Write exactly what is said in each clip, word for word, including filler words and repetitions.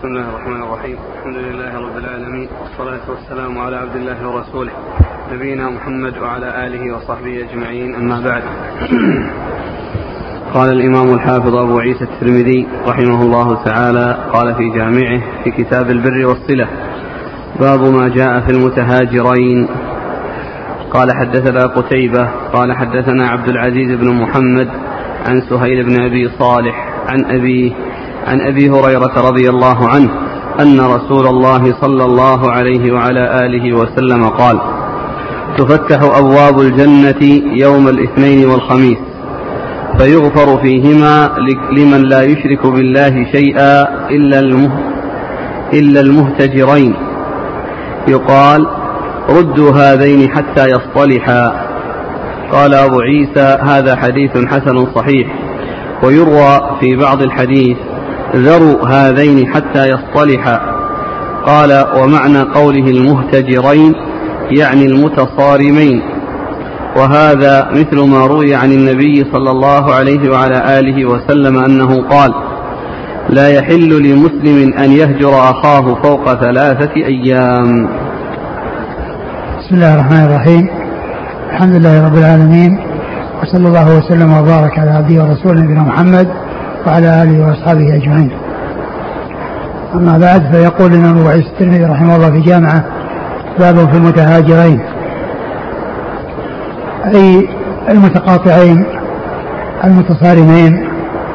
بسم الله الرحمن الرحيم. الحمد لله رب العالمين، والصلاة والسلام على عبد الله ورسوله نبينا محمد وعلى آله وصحبه أجمعين، أما بعد. قال الإمام الحافظ أبو عيسى الترمذي رحمه الله تعالى قال في جامعه في كتاب البر والصلة: باب ما جاء في المتهاجرين. قال حدثنا قتيبة قال حدثنا عبد العزيز بن محمد عن سهيل بن أبي صالح عن أبيه عن أبي هريرة رضي الله عنه أن رسول الله صلى الله عليه وعلى آله وسلم قال: تفتح أبواب الجنة يوم الاثنين والخميس فيغفر فيهما لمن لا يشرك بالله شيئا إلا المهتجرين، يقال: ردوا هذين حتى يصطلحا. قال أبو عيسى: هذا حديث حسن صحيح. ويروى في بعض الحديث: ذروا هذين حتى يصطلحا. قال: ومعنى قوله المهتجرين يعني المتصارمين، وهذا مثل ما روي عن النبي صلى الله عليه وعلى آله وسلم أنه قال: لا يحل لمسلم أن يهجر أخاه فوق ثلاثة أيام. بسم الله الرحمن الرحيم. الحمد لله رب العالمين، وصلى الله وسلم وبارك على عبده ورسوله نبينا محمد وعلى آله وأصحابه أجمعين. أما بعد، فيقول الإمام أبو عيسى الترمذي رحمه الله في جامعة: باب في المتهاجرين، أي المتقاطعين المتصارمين.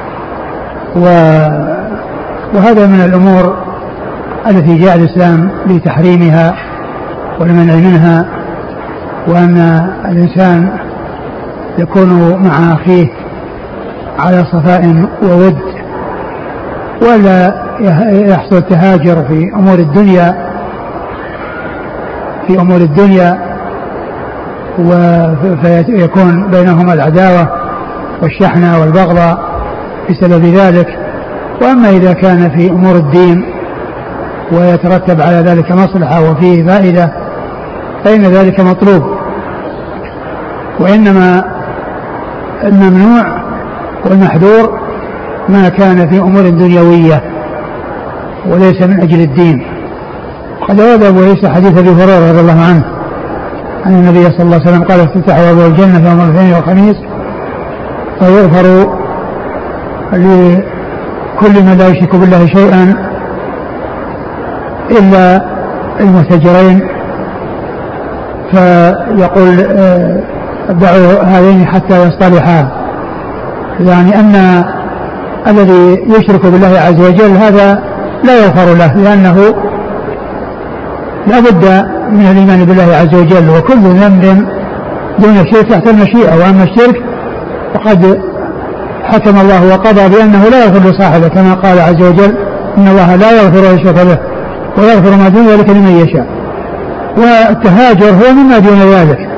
وهذا من الأمور التي جاء الإسلام لتحريمها والمنع منها، وأن الإنسان يكون مع أخيه على صفاء وود، ولا يحصل تهاجر في أمور الدنيا في أمور الدنيا فيكون بينهما العداوة والشحنة والبغضاء بسبب ذلك. وأما إذا كان في أمور الدين ويترتب على ذلك مصلحة وفيه فائدة فإن ذلك مطلوب. وإنما الممنوع والمحذور ما كان في أمور دنيوية وليس من أجل الدين. قد ورد أبو عيسى حديث أبي هريرة رضي الله عنه أن النبي صلى الله عليه وسلم قال: افتتح أبواب الجنة يوم الاثنين والخميس فيغفر لكل من لا يشرك بالله شيئا إلا المهتجرين، فيقول: دعوا هذين حتى يصطلحا. يعني أن الذي يشرك بالله عز وجل هذا لا يغفر له، لأنه لا بد من الإيمان بالله عز وجل، وكل ذنب دون الشرك تحت المشيئة. وأما الشرك فقد حكم الله وقضى بأنه لا يغفر لصاحبه، كما قال عز وجل: إن الله لا يغفر أن يشرك به ويغفر ما دون ذلك لمن يشاء. والتهاجر هو مما دون ذلك،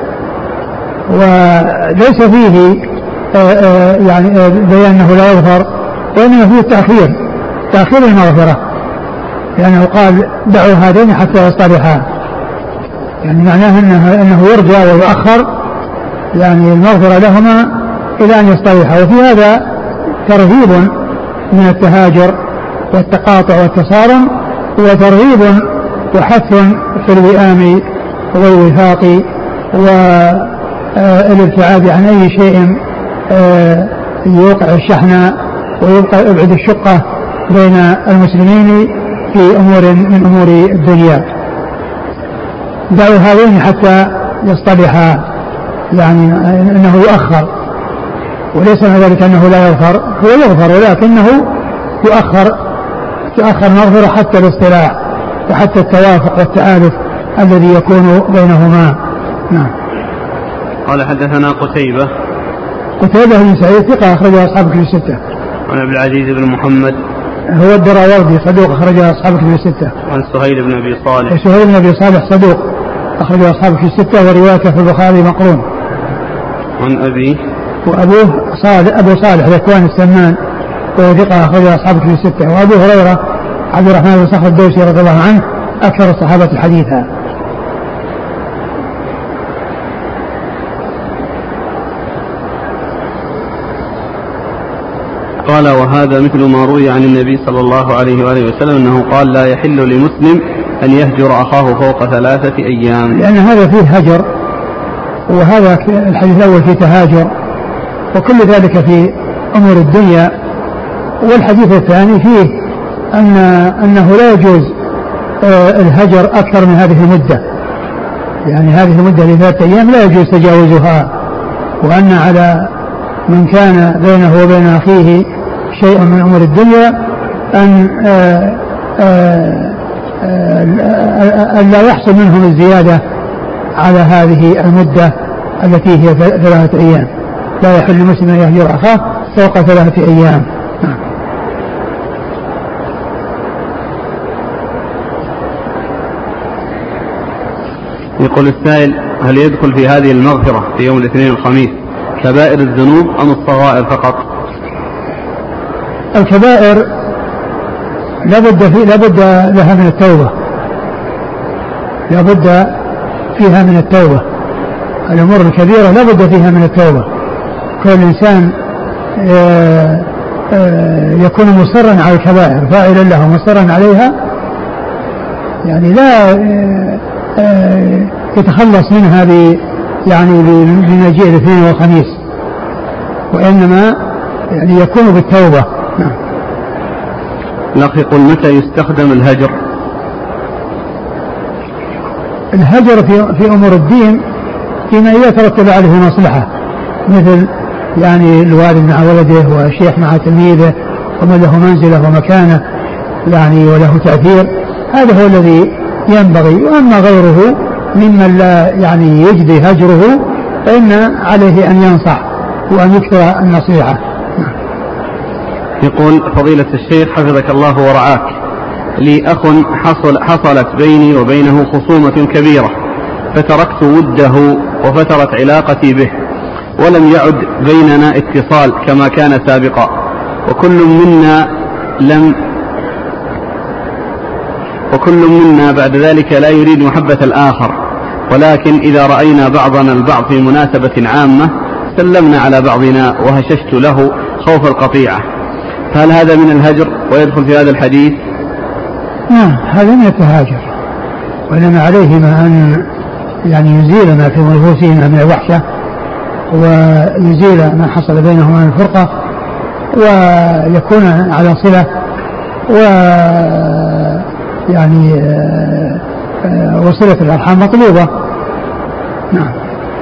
وليس فيه آآ آآ يعني بيانه لا يغفر، وإنما فيه التأخير تأخير المغفرة، لأنه قال: دعوا هذين حتى يصطلحا، يعني معناه أنه, أنه يرجع ويؤخر يعني المغفرة لهما إلى أن يصطلحا. وفي هذا ترهيب من التهاجر والتقاطع والتصارم، وترغيب وحث في الوئام والوفاق والابتعاد عن أي شيء يوقع الشحنة ويبعد الشقة بين المسلمين في أمور من أمور الدنيا. دعوا هذين حتى يصطلحا، يعني أنه يؤخر، وليس من ذلك أنه لا يغفر، هو يغفر ولكنه يؤخر تأخر المغفرة حتى الاصطلاح وحتى التوافق والتآلف الذي يكون بينهما. نعم. قال حدثنا قتيبة قتيبة بن سعيد ثقة أخرجها أصحاب الكتب الستة. عن عبد العزيز بن محمد هو الدراوردي صدوق أخرجها أصحاب الكتب الستة. عن سهيل بن أبي صالح سهيل بن أبي صالح صدوق أخرجها أصحاب الكتب الستة، وروايته في البخاري مقرون. عن أبيه وأبوه صالح أبو صالح ذكوان السمان وهو ثقة أخرجها أصحاب الكتب الستة. وأبو هريرة عبد الرحمن بن صخر الدوسي رضي الله عنه أكثر الصحابة حديثا. قال وهذا مثل ما روي عن النبي صلى الله عليه وآله وسلم أنه قال لا يحل لمسلم أن يهجر أخاه فوق ثلاثة أيام. لأن هذا فيه هجر، وهذا الحديث الأول فيه تهاجر، وكل ذلك في أمور الدنيا. والحديث الثاني فيه أن أنه لا يجوز الهجر أكثر من هذه المدة، يعني هذه المدة لثلاثة أيام لا يجوز تجاوزها، وأن على من كان بينه وبين أخيه شيء من أمور الدنيا أن أن لا يحصل منهم الزيادة على هذه المدة التي هي ثلاثة أيام. لا يحل لمسلم أن يهجر أخاه فوق ثلاثة أيام. يقول السائل هل يدخل في هذه المغفرة في يوم الاثنين والخميس كبائر الذنوب أم الصغائر فقط؟ الكبائر لابد في لابد لها من التوبة، لابد فيها من التوبة. الأمور الكبيرة لابد فيها من التوبة. كل إنسان يكون مصرا على الكبائر فاعلا لها مصرا عليها، يعني لا يتخلص منها يعني بمجيء الاثنين والخميس، وإنما يعني يكون بالتوبة. الأخ يقول متى يستخدم الهجر؟ الهجر في, في أمور الدين فيما إذا ترتب عليه مصلحة، مثل يعني الوالد مع ولده والشيخ مع تلميذه ومن له منزله ومكانه يعني وله تأثير، هذا هو الذي ينبغي. وأما غيره ممن لا يعني يجدي هجره فإن عليه أن ينصح وأن يكثر النصيحة. يقول فضيلة الشيخ حفظك الله ورعاك، لي أخ حصل حصلت بيني وبينه خصومة كبيرة فتركت وده وفترت علاقتي به، ولم يعد بيننا اتصال كما كان سابقا، وكل منا لم وكل منا بعد ذلك لا يريد محبة الآخر، ولكن إذا رأينا بعضنا البعض في مناسبة عامة سلمنا على بعضنا وهششت له خوف القطيعة، فهل هذا من الهجر ويدخل في هذا الحديث؟ نعم هذا من التهاجر، وإنما عليهما أن يعني يزيل ما في نفوسهما من الوحشة ويزيل ما حصل بينهما من الفرقة ويكون على صلة و يعني وصلة الأرحام مطلوبة. نعم.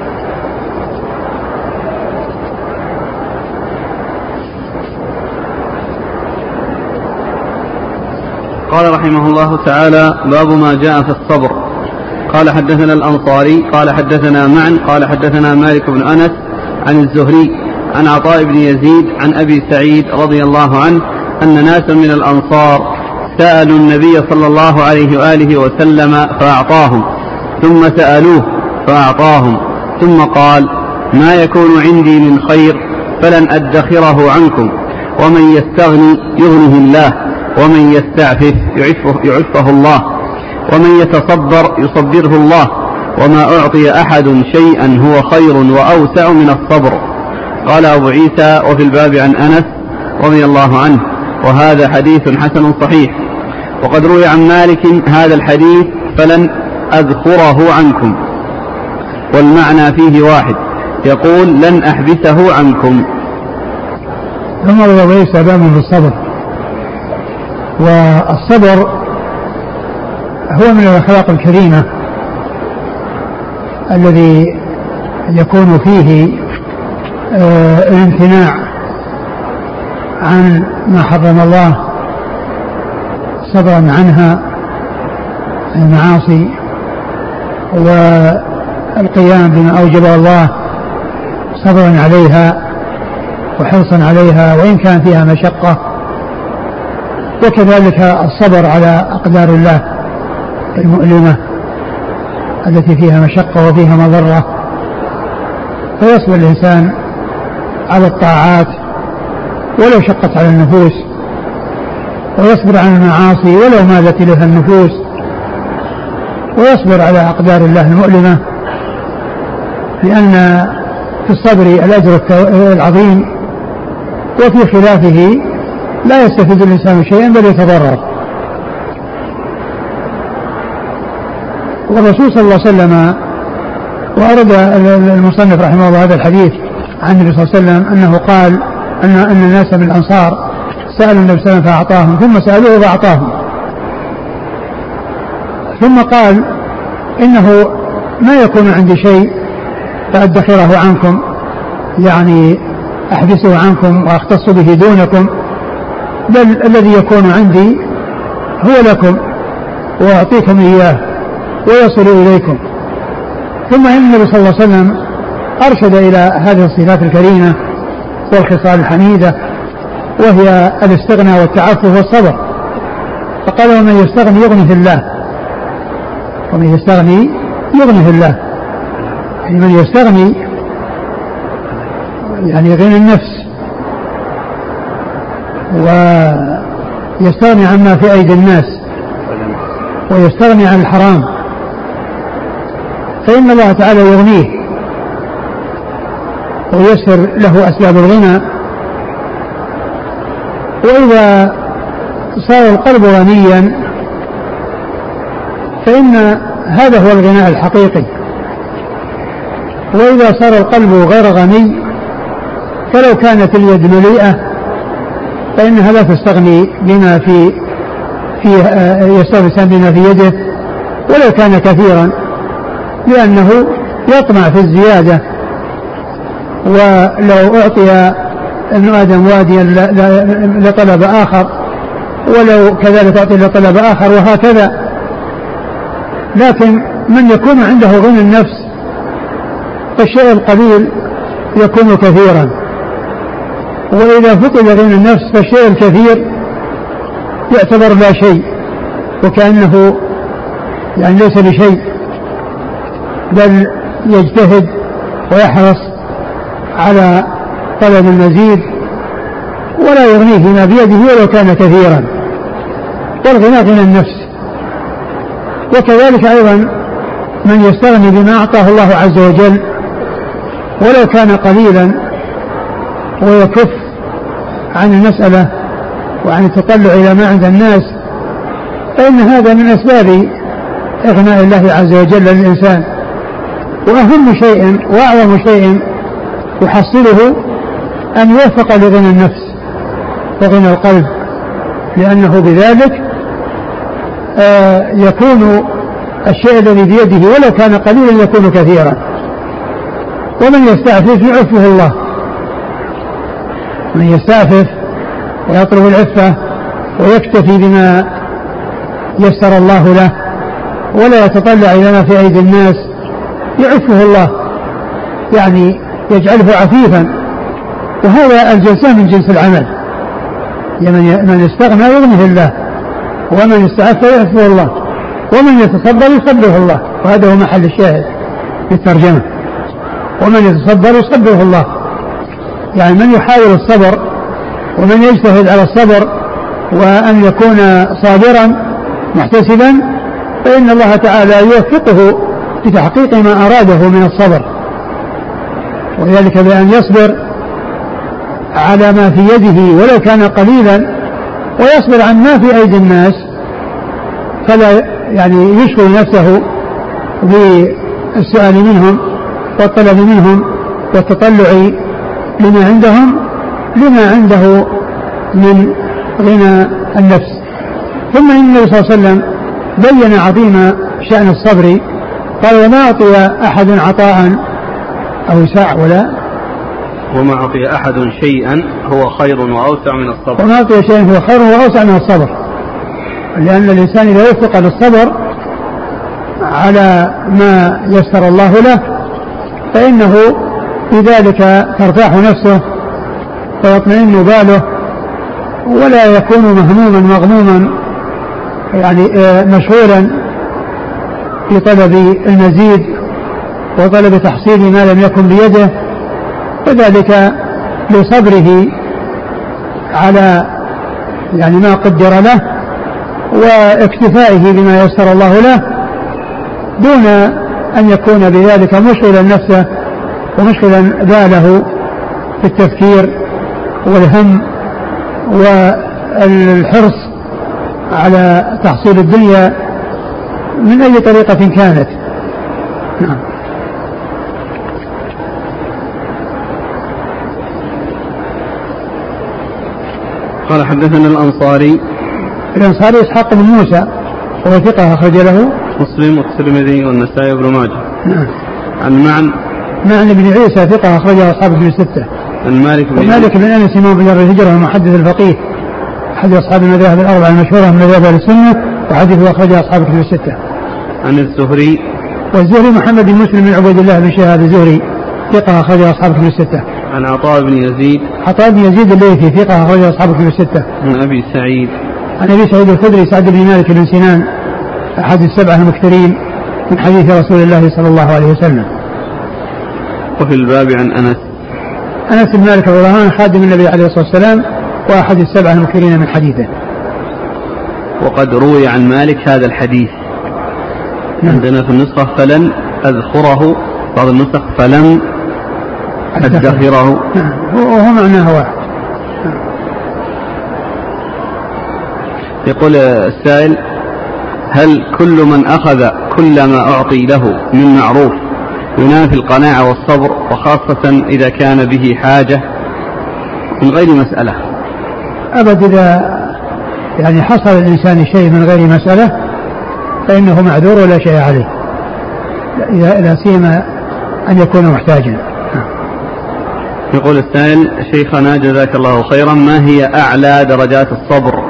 قال رحمه الله تعالى باب ما جاء في الصبر. قال حدثنا الأنصاري قال حدثنا معا قال حدثنا مالك بن أنس عن الزهري عن عطاء بن يزيد عن أبي سعيد رضي الله عنه أن ناسا من الأنصار سألوا النبي صلى الله عليه وآله وسلم فأعطاهم، ثم سألوه فأعطاهم، ثم قال ما يكون عندي من خير فلن أدخره عنكم، ومن يستغني يغنه الله، ومن يستعفف يعفه, يعفه الله، ومن يتصبر يصبره الله، وما أعطي أحد شيئا هو خير وأوسع من الصبر. قال أبو عيسى وفي الباب عن أنس رضي الله عنه، وهذا حديث حسن صحيح. وقد روي عن مالك هذا الحديث فلن أذكره عنكم، والمعنى فيه واحد، يقول لن أحبسه عنكم. ثم روي أبو عيسى باب في الصبر، والصبر هو من الأخلاق الكريمة الذي يكون فيه آه الامتناع عن ما حرم الله صبرا عنها المعاصي، والقيام بما أوجب الله صبرا عليها وحرصا عليها وإن كان فيها مشقة، وكذلك الصبر على أقدار الله المؤلمة التي فيها مشقة وفيها مضرة، فيصبر الإنسان على الطاعات ولو شقت على النفوس، ويصبر على المعاصي ولو مالت إليها النفوس، ويصبر على أقدار الله المؤلمة، لأن في الصبر الأجر العظيم وفي خلافه لا يستفيد الإنسان شيئا بل يتضرر. والرسول صلى الله عليه وسلم، وأرد المصنف رحمه الله هذا الحديث عن النبي صلى الله عليه وسلم أنه قال أن أن الناس من الأنصار سألوا النبي صلى الله عليه وسلم فأعطاهم، ثم سألوه فأعطاهم، ثم قال إنه ما يكون عندي شيء فأدخره عنكم، يعني أحبسه عنكم وأختص به دونكم، بل الذي يكون عندي هو لكم وأعطيكم إياه ويصل إليكم. ثم إن النبي صلى الله عليه وسلم أرشد إلى هذه الصفات الكريمة والخصال الحميدة، وهي الاستغناء والتعفف والصبر. فقال ومن يستغني يغنه الله، ومن يستغني يغنه الله، يعني من يستغني يعني غنى النفس ويستغني عما في أيدي الناس ويستغني عن الحرام فإن الله تعالى يغنيه ويسر له أسباب الغنى. وإذا صار القلب غنيا فإن هذا هو الغناء الحقيقي، وإذا صار القلب غير غني فلو كانت اليد مليئة فإنها لا تستغني بما في في يستغني بما في يده ولو كان كثيرا، لأنه يطمع في الزيادة. ولو أعطي ابن آدم واديا لطلب آخر، ولو كذلك أعطي لطلب آخر، وهكذا. لكن من يكون عنده غنى النفس فالشيء القليل يكون كثيرا، وإذا فقد غنى النفس فالشيء الكثير يعتبر لا شيء وكأنه يعني ليس بشيء، بل يجتهد ويحرص على طلب المزيد ولا يغنيه ما بيده ولو كان كثيرا. والغنى غنى النفس. وكذلك أيضا من يستغني بما أعطاه الله عز وجل ولو كان قليلا ويكف عن المسألة وعن التطلع إلى ما عند الناس، فإن هذا من أسباب إغناء الله عز وجل للإنسان. وأهم شيء وأعظم شيء يحصله أن يوفق لغنى النفس وغنى القلب، لأنه بذلك آه يكون الشيء الذي بيده ولو كان قليلا يكون كثيرا. ومن يستعفف يعفه الله، من يستعفف ويطلب العفة ويكتفي بما يسر الله له ولا يتطلع إلى ما في أيدي الناس يعفه الله، يعني يجعله عفيفا. وهذا الجزاء من جنس العمل، من استغنى يغنيه الله، ومن استعف يعفه الله، ومن يتصبر يصبره الله. وهذا هو محل الشاهد في الترجمة، ومن يتصبر يصبره الله، يعني من يحاول الصبر ومن يجتهد على الصبر وأن يكون صابرا محتسبا فإن الله تعالى يوفقه لتحقيق ما أراده من الصبر، وذلك بأن يصبر على ما في يده ولو كان قليلا، ويصبر عن ما في أيدي الناس، فلا يعني يشغل نفسه بالسؤال منهم والطلب منهم والتطلع لما عندهم لما عنده من غنى النفس. ثم إن النبي صلى الله عليه وسلم بين عظيم شأن الصبر، قال وما أعطي أحد عطاء أو ساع ولا وما أعطي أحد شيئا هو خير وأوسع من الصبر وما أعطي شيئا هو خير وأوسع من الصبر، لأن الإنسان إذا وفق للصبر على ما يسر الله له فإنه بذلك ترتاح نفسه ويطمئن باله ولا يكون مهموما مغموما يعني مشغولا في طلب المزيد وطلب تحصيل ما لم يكن بيده، وذلك لصبره على يعني ما قدر له واكتفائه بما يسر الله له دون أن يكون بذلك مشغلا نفسه ومشغلا باله في التفكير والهم والحرص على تحصيل الدنيا من أي طريقة كانت. نعم. قال حدثنا الأنصاري الأنصاري إسحاق بن موسى وهو ثقة أخرج له مسلم والترمذي والنسائي وابن ماجه. نعم. عن معن معن بن عيسى ثقة أخرجه أصحاب الكتب الستة. عن مالك بن مالك بن أنس إمام دار الهجرة المحدث الفقيه أحد أصحاب المذاهب الأربعة المشهورة من مذاهب أهل السنة وحديثه أخرجه أصحاب الكتب الستة. عن الزهري والزهري محمد بن مسلم بن عبيد الله بن شهاب الزهري ثقة أخرجه أصحاب الكتب الستة. عن عطاء بن يزيد عطاء بن يزيد الليثي ثقة أخرجه أصحاب الكتب الستة. عن أبي سعيد عن أبي سعيد الخدري سعد بن مالك بن سنان أحد السبعة المكثرين من حديث رسول الله صلى الله عليه وسلم. وفي الباب عن أنس أنس بن مالك رضي الله عنه خادم النبي عليه الصلاة والسلام وأحد السبعة المكثرين من حديثه. وقد روي عن مالك هذا الحديث. نعم. عندنا في النسخة فلن أذكره، بعض النسخ فلم أدخره. نعم. وهو معناه واحد. يقول السائل: هل كل من أخذ كل ما أعطي له من معروف ينافي القناعة والصبر، وخاصة إذا كان به حاجة من غير مسألة؟ أبد، إذا يعني حصل الإنسان شيء من غير مسألة فإنه معذور ولا شيء عليه، لا سيما أن يكون محتاجا. يقول السائل: شيخنا جزاك الله خيرا، ما هي أعلى درجات الصبر؟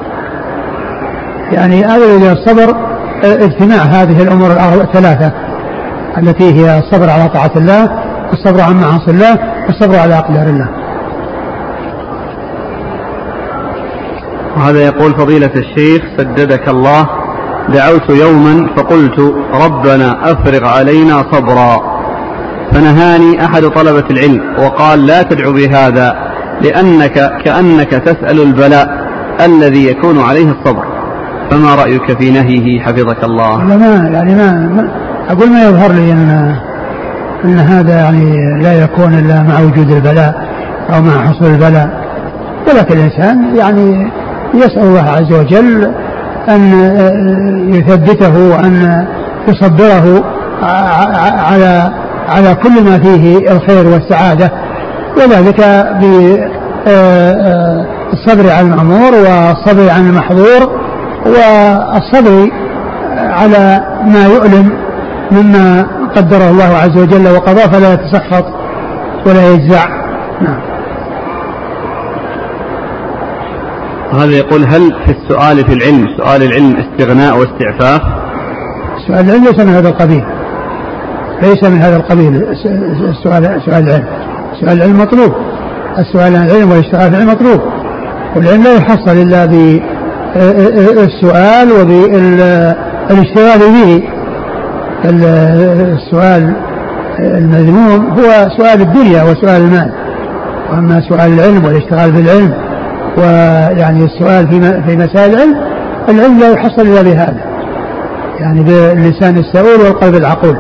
يعني أعلى الصبر اجتماع هذه الأمور الثلاثة التي هي الصبر على طاعة الله، والصبر عن معاصي الله، والصبر على أقدار الله. وهذا يقول: فضيلة الشيخ سددك الله، دعوت يوما فقلت ربنا أفرغ علينا صبرا، فنهاني أحد طلبة العلم وقال: لا تدعو بهذا لأنك كأنك تسأل البلاء الذي يكون عليه الصبر، فما رأيك في نهيه حفظك الله؟ لا ما يعني ما, ما أقول ما يظهر لي أن, أن هذا يعني لا يكون إلا مع وجود البلاء أو مع حصول البلاء، ولكن الإنسان يعني يسأل الله عز وجل أن يثبته وأن يصبره على على كل ما فيه الخير والسعادة، وذلك بالصبر على المأمور والصبر عن المحظور والصبر على ما يؤلم مما قدره الله عز وجل وقضاه، فلا يتسخط ولا يجزع. نعم. هذا يقول: هل في السؤال في العلم سؤال العلم استغناء واستعفاف؟ سؤال العلم ليس من هذا القبيل، ليس من هذا القبيل السؤال سؤال العلم. سؤال العلم مطلوب، السؤال عن العلم والاشتغال في العلم مطلوب، والعلم لا يحصل إلا بالسؤال وبالاشتغال به. السؤال المذموم هو سؤال الدنيا وسؤال المال، وأما سؤال العلم والاشتغال بالعلم ويعني السؤال في مسائل العلم، العلم لا يحصل إلا بهذا، يعني باللسان السؤول والقلب العقول.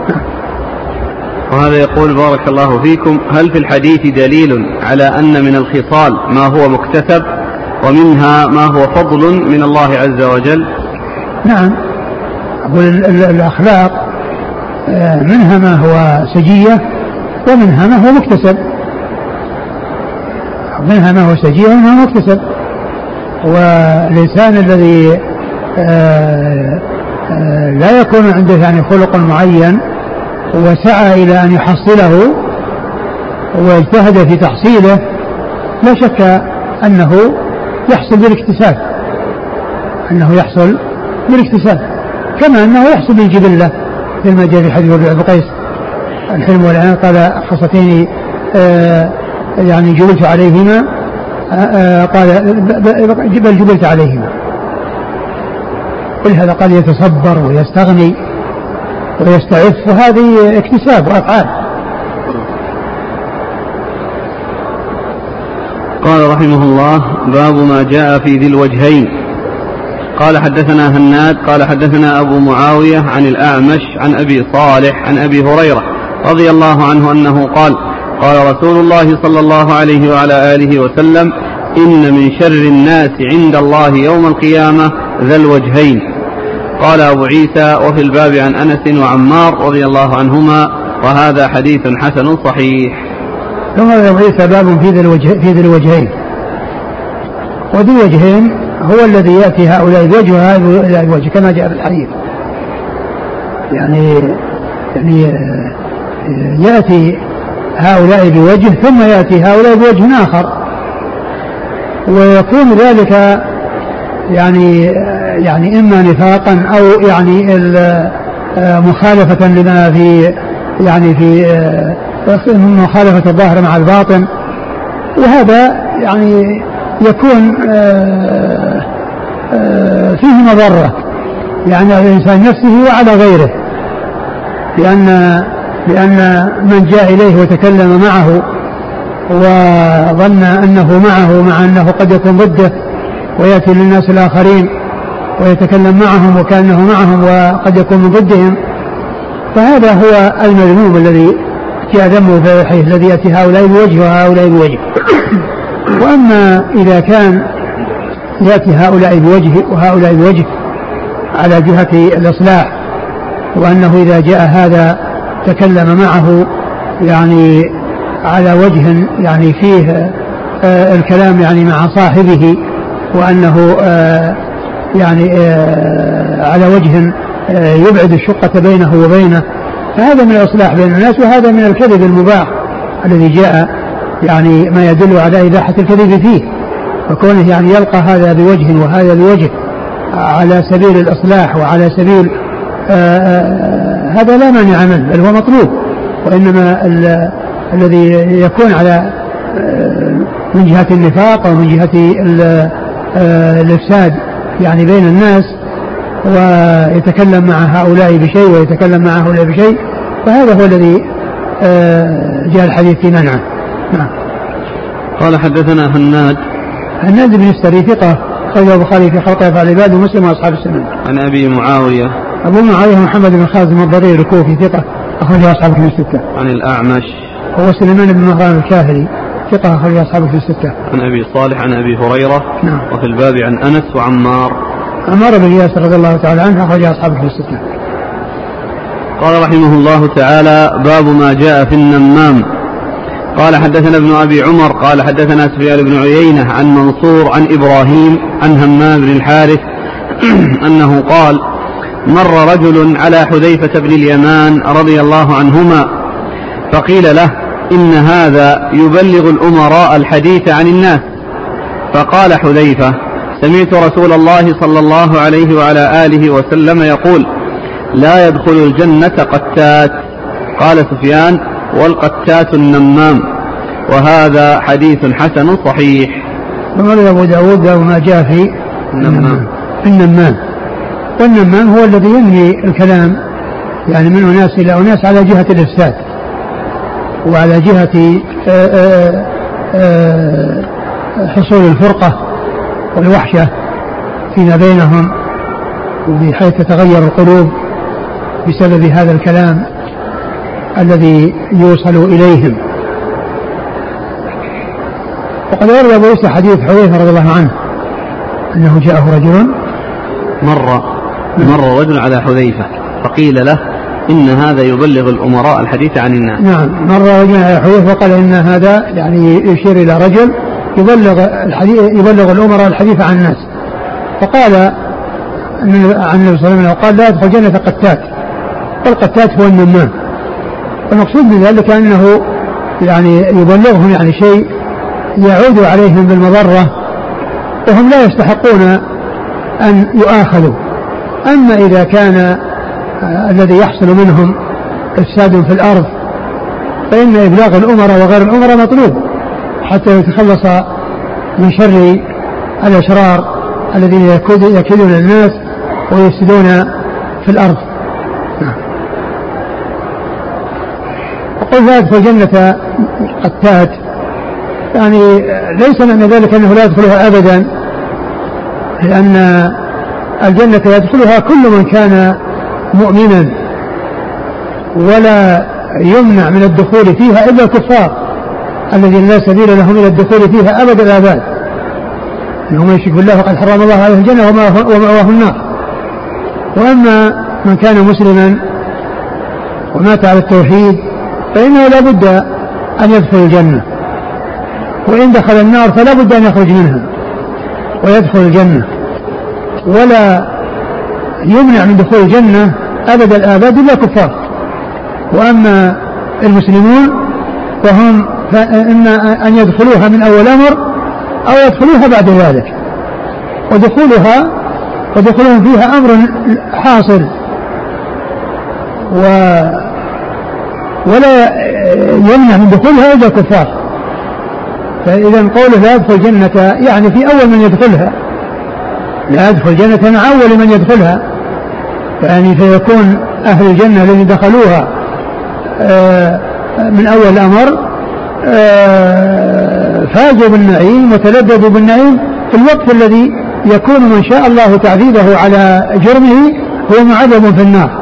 وهذا يقول: بارك الله فيكم، هل في الحديث دليل على أن من الخصال ما هو مكتسب ومنها ما هو فضل من الله عز وجل؟ نعم، أقول الأخلاق منها ما هو سجية ومنها ما هو مكتسب، منها ما هو سجية ومنها ما هو مكتسب. والإنسان الذي لا يكون عنده يعني خلق معين وسعى إلى أن يحصله واجتهد في تحصيله، لا شك أنه يحصل بالاكتساب، أنه يحصل بالاكتساب كما أنه يحصل بالجبلة، مثل ما جاء في حديث أبي قيس: الحلم والعنان قال خصتين يعني جبلت عليهما، قال بل جبلت عليهما، ولهذا قال يتصبر ويستغني ويستعف، وهذه اكتساب وأفعال. قال رحمه الله: باب ما جاء في ذي الوجهين. قال حدثنا هناد قال حدثنا أبو معاوية عن الأعمش عن أبي صالح عن أبي هريرة رضي الله عنه أنه قال: قال رسول الله صلى الله عليه وعلى آله وسلم: إن من شر الناس عند الله يوم القيامة ذا الوجهين. قال أبو عيسى: وفي الباب عن أنس وعمار رضي الله عنهما، وهذا حديث حسن صحيح. ثم أبو عيسى باب في ذي الوجه في ذي الوجهين. وذي الوجهين هو الذي يأتي هؤلاء بوجه وهذا الوجه كما جاء في الحديث. يعني يعني يأتي هؤلاء بوجه ثم يأتي هؤلاء بوجه آخر، ويكون ذلك يعني يعني إما نفاقا أو يعني مخالفة لما في يعني في مخالفة الظاهر مع الباطن، وهذا يعني يكون فيه مضرة يعني على الإنسان نفسه وعلى غيره، لأن لأن من جاء إليه وتكلم معه وظن أنه معه مع أنه قد يكون ضده، ويأتي للناس الآخرين ويتكلم معهم وكأنه معهم وقد يكون من ضدهم، فهذا هو المذموم الذي جاء ذمه في الحديث، الذي يأتي هؤلاء بوجه وهؤلاء بوجه. وأما إذا كان يأتي هؤلاء بوجه وهؤلاء بوجه على جهة الإصلاح، وأنه إذا جاء هذا تكلم معه يعني على وجه يعني فيه آه الكلام يعني مع صاحبه، وأنه آه يعني آه على وجه آه يبعد الشقة بينه وبينه، فهذا من الإصلاح بين الناس، وهذا من الكذب المباح الذي جاء يعني ما يدل على إباحة الكذب فيه. فكونه يعني يلقى هذا بوجه وهذا بوجه على سبيل الإصلاح وعلى سبيل آآ آآ هذا لا مانع منه، بل هو مطلوب. وإنما الذي يكون على من جهة النفاق أو من جهة الإفساد يعني بين الناس، ويتكلم مع هؤلاء بشيء ويتكلم مع هؤلاء بشيء، فهذا هو الذي جاء الحديث في منعه. نعم. قال حدثنا هناد هناد بن السري ثقة أخرجه البخاري في خلق أفعال العباد ومسلم وأصحاب السنن. عن أبي معاوية أبو معاوية محمد بن خازم الضرير الكوفي ثقة أخرجه أصحاب الكتب الستة. عن الأعمش هو سليمان بن مهران الكاهلي ثقة أخرجه أصحاب الكتب الستة. عن أبي صالح عن أبي هريرة. نعم. وفي الباب عن أنس وعمار. عمار بن ياسر رضي الله تعالى عنه أخرجه أصحاب الكتب الستة. قال رحمه الله تعالى: باب ما جاء في النمام. قال حدثنا ابن أبي عمر قال حدثنا سفيان بن عيينة عن منصور عن إبراهيم عن همام بن الحارث أنه قال: مر رجل على حذيفة بن اليمان رضي الله عنهما فقيل له: إن هذا يبلغ الأمراء الحديث عن الناس. فقال حذيفة: سمعت رسول الله صلى الله عليه وعلى آله وسلم يقول: لا يدخل الجنة قتات. قال سفيان: والقتات النمام. وهذا حديث حسن صحيح. وقال أبو داود وما جاء في النمام. النمام والنمام هو الذي ينهي الكلام يعني من أناس إلى أناس على جهة الإفساد وعلى جهة آآ آآ حصول الفرقة والوحشة فيما بينهم، بحيث تتغير القلوب بسبب هذا الكلام الذي يوصل إليهم. وقد ورد أبو عيسى حديث حذيفة رضي الله عنه أنه جاءه رجل مر مر رجل على حذيفة فقيل له: إن هذا يبلغ الأمراء الحديث عن الناس. نعم، مر رجل على حذيفة وقال إن هذا يعني يشير إلى رجل يبلغ الحديث يبلغ الأمراء الحديث عن الناس. فقال عن النبي صلى الله عليه وسلم قال: لا يدخل جنة قتات. والقتات هو النمام. المقصود من ذلك أنه يعني يبلغهم يعني شيء يعود عليهم بالمضرة وهم لا يستحقون أن يؤاخذوا. أما إذا كان الذي يحصل منهم إفساد في الأرض فإن إبلاغ الأمراء وغير الأمراء مطلوب حتى يتخلص من شر الأشرار الذين يكيدون الناس ويفسدون في الأرض. وقل لا يدخل جنة قتات يعني ليس معنى ذلك أنه لا يدخلها أبدا، لأن الجنة يدخلها كل من كان مؤمنا، ولا يمنع من الدخول فيها إلا الكفار الذي لا سبيل لهم إلى الدخول فيها أبد الآباد، إنه من يشرك بالله فقد حرم الله عليه الجنة ومأواه النار. وأما من كان مسلما ومات على التوحيد فإنه لا بد أن يدخل الجنة، وإن دخل النار فلا بد أن يخرج منها ويدخل الجنة، ولا يمنع من دخول الجنة أبد الآباد إلا كفار. وأما المسلمون فهم فإما أن يدخلوها من أول أمر أو يدخلوها بعد ذلك، ودخولها ودخولهم فيها أمر حاصل، و ولا يمنع من دخولها إلا كفار. فإذا قوله لا يدخل الجنة يعني في أول من يدخلها، لا يدخل الجنة مع أول من يدخلها، يعني فيكون أهل الجنة الذين دخلوها من أول الأمر فازوا بالنعيم وتلذذوا بالنعيم في الوقت الذي يكون من شاء الله تعذيبه على جرمه هو معذب في النار،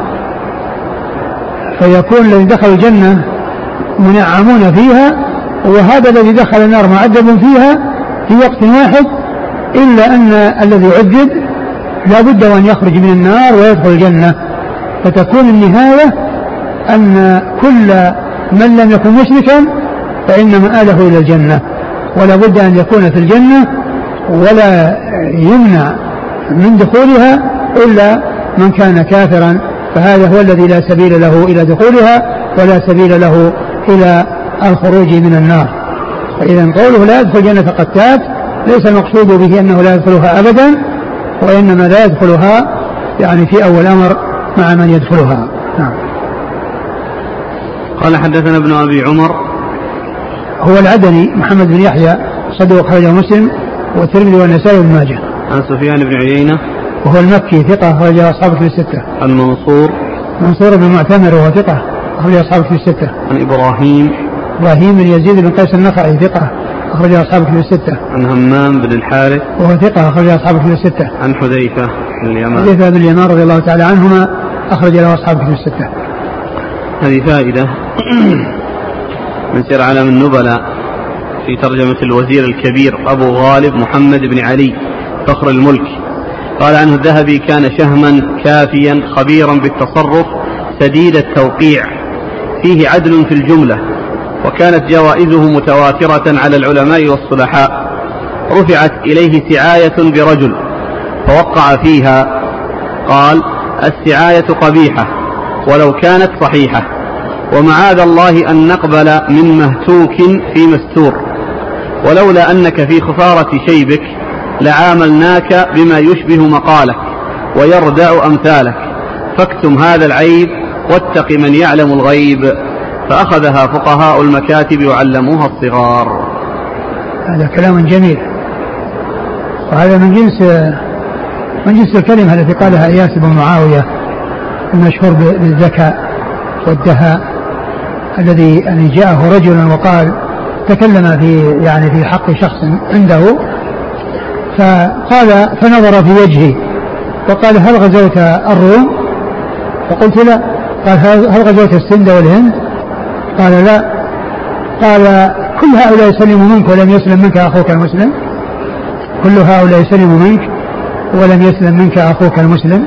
فيكون الذي دخل الجنة منعمون فيها، وهذا الذي دخل النار معذب فيها في وقت واحد، إلا أن الذي عذب لا بد أن يخرج من النار ويدخل الجنة. فتكون النهاية أن كل من لم يكن مشركا فإن مآله إلى الجنة، ولا بد أن يكون في الجنة ولا يمنع من دخولها إلا من كان كافرا، فهذا هو الذي لا سبيل له إلى دخولها ولا سبيل له إلى الخروج من النار. فإذا قوله لا يدخل الجنة قد تاب ليس المقصود به أنه لا يدخلها أبدا، وإنما لا يدخلها يعني في أول أمر مع من يدخلها. نعم. قال حدثنا ابن أبي عمر هو العدني محمد بن يحيى صدوق أخرجه مسلم والترمذي والنسائي وابن ماجه. عن سفيان بن عيينة وهو المكي ثقة أخرج أصحابه في الستة. عن منصور منصور بن معتمر وهو ثقة أخرج أصحابه في الستة. عن إبراهيم إبراهيم بن يزيد بن قيس النخعي ثقة أخرج أصحابه في الستة. عن همام بن الحارث وهو ثقة أخرج أصحابه في الستة. عن حذيفة بن اليمان حذيفة بن اليمان رضي الله تعالى عنهما أخرج له أصحابه في الستة. هذه فائدة من سير علم النبلاء في ترجمة الوزير الكبير أبو غالب محمد بن علي فخر الملك. قال عنه الذهبي كان شهما كافيا خبيرا بالتصرف سديد التوقيع، فيه عدل في الجملة، وكانت جوائزه متواترة على العلماء والصلحاء. رفعت إليه سعاية برجل فوقع فيها، قال السعاية قبيحة ولو كانت صحيحة، ومعاذ الله أن نقبل من مهتوك في مستور، ولولا أنك في خفارة شيبك لعاملناك بما يشبه مقالك ويردع أمثالك، فاكتم هذا العيب واتق من يعلم الغيب. فأخذها فقهاء المكاتب وعلموها الصغار. هذا كلام جميل، وهذا من جنس من جنس الكلمة التي قالها إياس بن معاوية المشهور بالذكاء والدهاء، الذي يعني جاءه رجل وقال تكلم في يعني في حق شخص عنده، فقال فنظر في وجهي وقال هل غزوت الروم؟ فقلت لا. قال هل غزوت السند والهند؟ قال لا. قال كل هؤلاء يسلموا منك ولم يسلم منك أخوك المسلم؟ كل هؤلاء يسلموا منك ولم يسلم منك أخوك المسلم.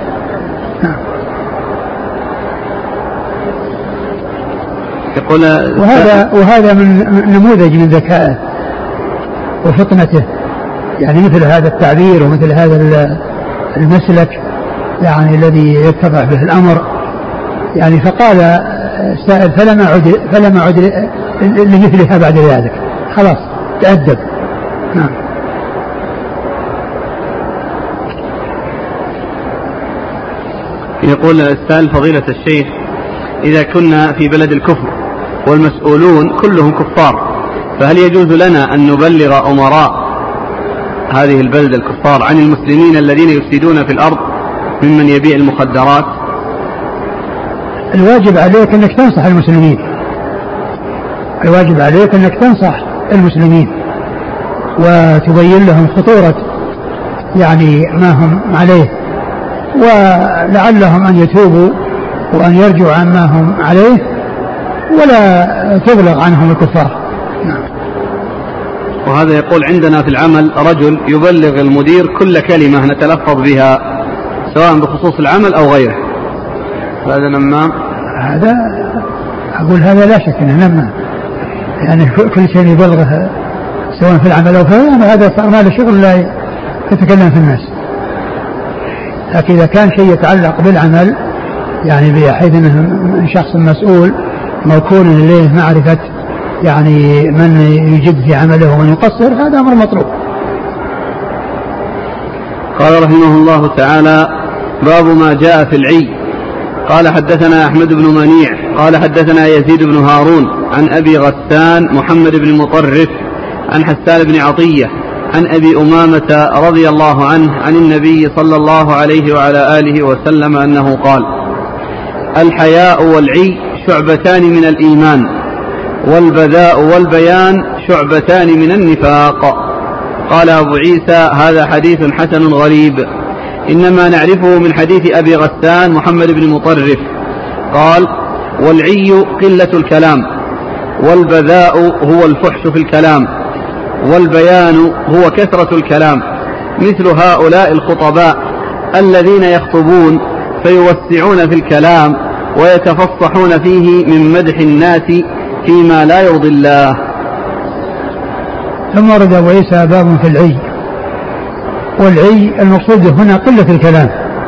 يقول وهذا وهذا من نموذج من ذكائه وفطنته، يعني مثل هذا التعبير ومثل هذا المسلك يعني الذي يتبع به الأمر. يعني فقال السائل فلما عد فلما عد لمثلها بعد ذلك، خلاص تأدب. نعم. يقول السائل فضيلة الشيخ إذا كنا في بلد الكفر والمسؤولون كلهم كفار، فهل يجوز لنا أن نبلغ أمراء هذه البلد الكفار عن المسلمين الذين يفسدون في الأرض ممن يبيع المخدرات؟ الواجب عليك أنك تنصح المسلمين، الواجب عليك أنك تنصح المسلمين وتبين لهم خطورة يعني ما هم عليه، ولعلهم أن يتوبوا وأن يرجعوا عما هم عليه، ولا تبلغ عنهم الكفار. نعم. وهذا يقول عندنا في العمل رجل يبلغ المدير كل كلمة نتلفظ بها سواء بخصوص العمل أو غيره، هذا نمام. هذا أقول هذا لا شك أنه نمام، يعني كل شيء يبلغه سواء في العمل أو في غيره، هذا صار ما له شغل لا يتكلم في الناس. لكن إذا كان شيء يتعلق بالعمل يعني بحيث أنه شخص مسؤول موكول إليه معرفة يعني من يجد في عمله ومن يقصر، هذا أمر مطلوب. قال رحمه الله تعالى: باب ما جاء في العي. قال حدثنا أحمد بن منيع قال حدثنا يزيد بن هارون عن أبي غسان محمد بن مطرف عن حسان بن عطية عن أبي أمامة رضي الله عنه عن النبي صلى الله عليه وعلى آله وسلم أنه قال: الحياء والعي شعبتان من الإيمان، والبذاء والبيان شعبتان من النفاق. قال أبو عيسى: هذا حديث حسن غريب، إنما نعرفه من حديث أبي غسان محمد بن مطرف. قال: والعي قلة الكلام، والبذاء هو الفحش في الكلام، والبيان هو كثرة الكلام، مثل هؤلاء الخطباء الذين يخطبون فيوسعون في الكلام ويتفصحون فيه من مدح الناس فيما لا يرضي الله. ثم ورد أبو عيسى باب في العي. والعي المقصود هنا قلة الكلام،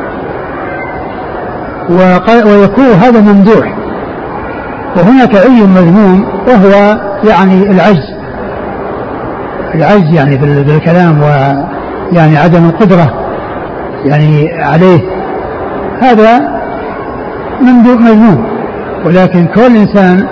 ويكون هذا ممدوح. وهناك عي مذموم وهو يعني العجز، العجز يعني بالكلام ويعني عدم القدرة يعني عليه، هذا مذموم. ولكن كل إنسان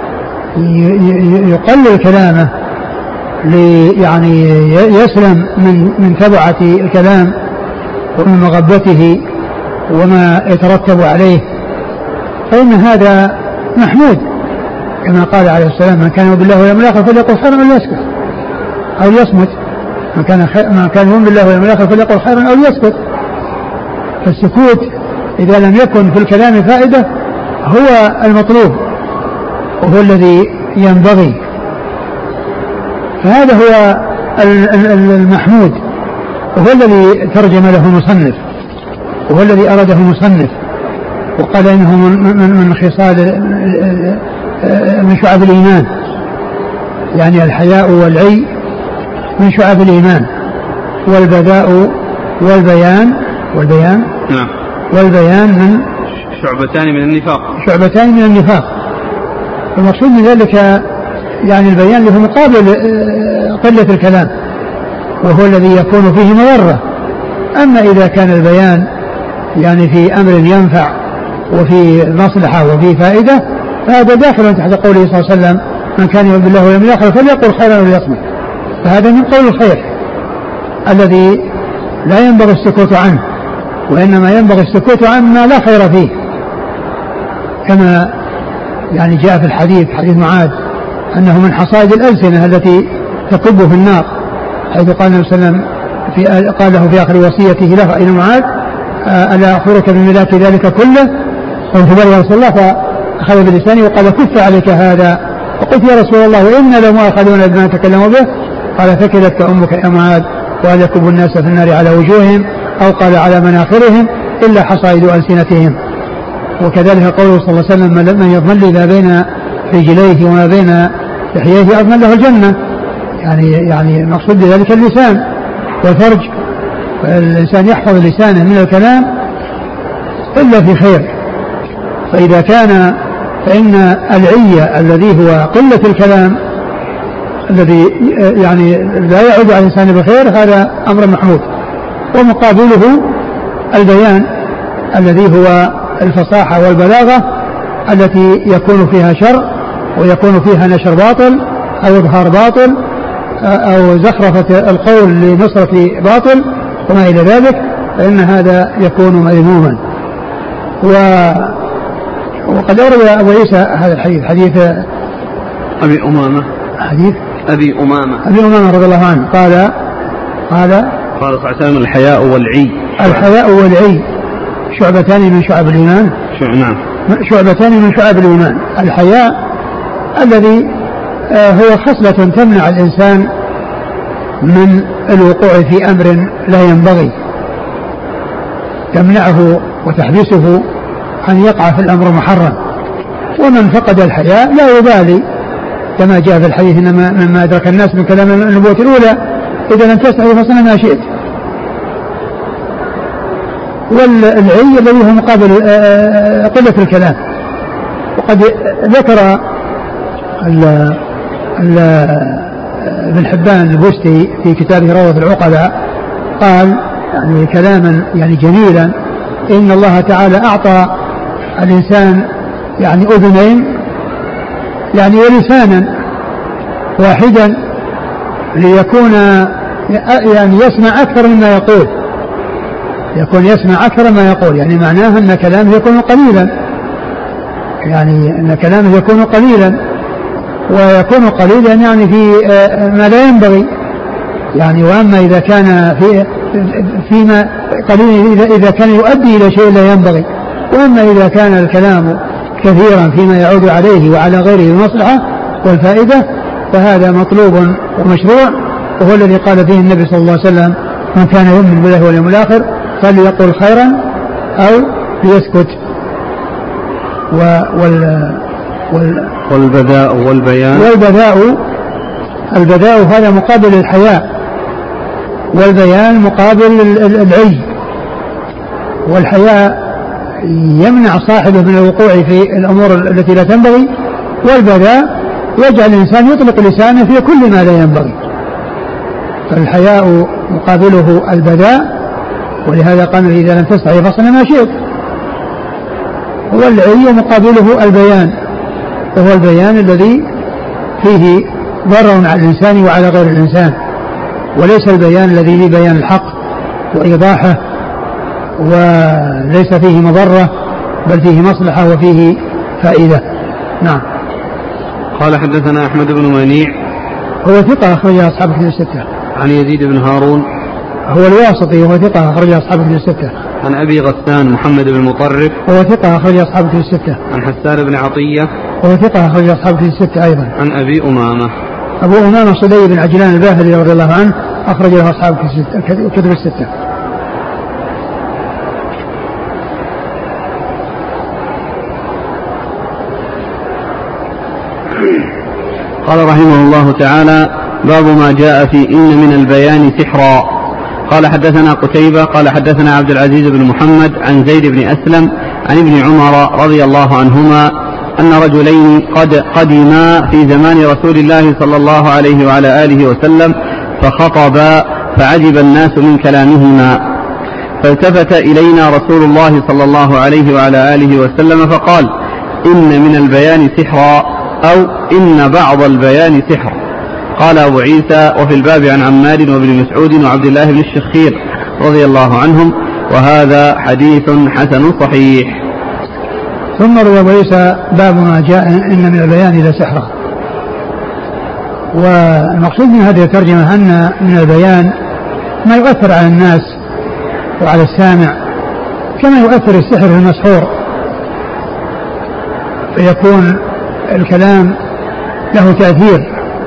يقلل كلامه يعني يسلم من من تبعة الكلام ومن مغبته وما يترتب عليه، فإن هذا محمود، كما قال عليه السلام: من كان يؤمن بالله واليوم الآخر فليقل خيرا أو ليسكت أو ليصمت. من كان من كان يؤمن بالله واليوم الآخر فليقل خيرا أو ليسكت. فالسكوت إذا لم يكن في الكلام فائدة هو المطلوب وهو الذي ينبغي، فهذا هو المحمود، وهو الذي ترجم له المصنف، وهو الذي أراده المصنف، وقال إنه من من خصال من شعب الإيمان، يعني الحياء والعي من شعب الإيمان، والبذاء والبيان والبيان نعم والبيان من شعبتان من النفاق شعبتان من النفاق. المقصود من ذلك يعني البيان له مقابل قلة الكلام، وهو الذي يكون فيه مضرة. أما إذا كان البيان يعني في أمر ينفع وفي مصلحة وفي فائدة فهذا داخل تحت قوله صلى الله عليه وسلم: من كان يؤمن بالله واليوم الآخر فليقل خيرا وليصمت. فهذا من قول الخير الذي لا ينبغي السكوت عنه، وإنما ينبغي السكوت عن ما لا خير فيه، كما يعني جاء في الحديث حديث معاذ أنه من حصائد الألسنة التي تكب في النار، حيث قال النبي صلى الله عليه وسلم في قال له في آخر وصيته له إلى معاذ: ألا أخبرك بملاك ذلك كله؟ قلت بلى يا رسول الله، فأخذ بلسانه وقال: كف عليك هذا. فقلت يا رسول الله وإنا لمؤاخذون بما تكلموا به؟ قال: ثكلتك أمك يا معاذ، وهل يكب الناس في النار على وجوههم أو قال على مناخرهم إلا حصائد ألسنتهم. وكذلك قوله صلى الله عليه وسلم: من يضمن لي ما بين رجليه وما بين لحييه أضمن له الجنة. يعني يعني المقصود بذلك اللسان والفرج، فالإنسان يحفظ لسانه من الكلام إلا في خير. فإذا كان فإن العية الذي هو قلة الكلام الذي يعني لا يعود على الإنسان بخير هذا أمر محمود. ومقابله البيان الذي هو الفصاحة والبلاغة التي يكون فيها شر ويكون فيها نشر باطل أو إظهار باطل أو زخرفة القول لنصرة باطل وما إلى ذلك، فإن هذا يكون مذموما. و... وقد أورد أبو عيسى هذا الحديث حديث أبي أمامة حديث أبي أمامة أبي أمامة رضي الله عنه قال قال قال صلى الله عليه وسلم: الحياء والعي الحياء والعي شعبتان من شعب الإيمان. نعم شعبتان من شعب الإيمان. الحياء الذي هو خصلة تمنع الإنسان من الوقوع في أمر لا ينبغي تمنعه وتحبسه أن يقع في الأمر محرم. ومن فقد الحياء لا يبالي كما جاء في الحديث إنما مما أدرك الناس من كلام النبوة الأولى إذا لم تستحي فاصنع ما شئت. والعي الذي هو مقابل قلة الكلام. وقد ذكر ابن حبان البستي في كتابه روضة العقلاء قال يعني كلاما يعني جميلا إن الله تعالى أعطى الإنسان يعني أذنين يعني ولسانا واحدا ليكون يعني يسمع أكثر مما يقول يكون يسمع أكثر ما يقول يعني معناه أن كلامه يكون قليلا يعني أن كلامه يكون قليلا ويكون قليلا يعني في ما لا ينبغي يعني. وأما إذا كان في فيما قليلا إذا, إذا كان يؤدي إلى شيء لا ينبغي. وأما إذا كان الكلام كثيرا فيما يعود عليه وعلى غيره المصلحة والفائدة فهذا مطلوب ومشروع. وهو الذي قال فيه النبي صلى الله عليه وسلم من كان يؤمن بالله واليوم الآخر فليقل خيرا أو ليسكت. وال وال والبذاء والبيان والبذاء البذاء هذا مقابل الحياء والبيان مقابل العي. والحياء يمنع صاحبه من الوقوع في الأمور التي لا تنبغي والبذاء يجعل الإنسان يطلق لسانه في كل ما لا ينبغي. فالحياء مقابله البذاء ولهذا قال إذا لم تستحي فاصنع ما شئت. والعي مقابله البيان وهو البيان الذي فيه ضرر على الإنسان وعلى غير الإنسان وليس البيان الذي فيه بيان الحق وإيضاحه وليس فيه مضرة بل فيه مصلحة وفيه فائدة. نعم. قال حدثنا أحمد بن منيع هو ثقة أخرج أصحاب الكتب الستة. عن يزيد بن هارون هو الواسطي وهو ثقة أخرج أصحاب الكتب الستة. عن أبي غسان محمد بن مطرف وهو ثقة أخرج أصحاب الكتب الستة. عن حسان بن عطية وهو ثقة أخرج أصحاب الكتب الستة أيضا. عن أبي أمامة أبو أمامة صدي بن عجلان الباهلي رضي الله عنه أخرج له أصحاب الكتب الستة. قال رحمه الله تعالى باب ما جاء في إن من البيان سحرا. قال حدثنا قتيبة قال حدثنا عبد العزيز بن محمد عن زيد بن أسلم عن ابن عمر رضي الله عنهما أن رجلين قد قدما في زمان رسول الله صلى الله عليه وعلى آله وسلم فخطبا فعجب الناس من كلامهما فالتفت إلينا رسول الله صلى الله عليه وعلى آله وسلم فقال إن من البيان سحرا أو إن بعض البيان سحر. قال أبو عيسى وفي الباب عن عمار وابن مسعود وعبد الله بن الشخير رضي الله عنهم وهذا حديث حسن صحيح. ثم روى أبو عيسى باب ما جاء إن من البيان لسحرا. والمقصود من هذه الترجمة أن من البيان ما يؤثر على الناس وعلى السامع كما يؤثر السحر في المسحور فيكون الكلام له تأثير.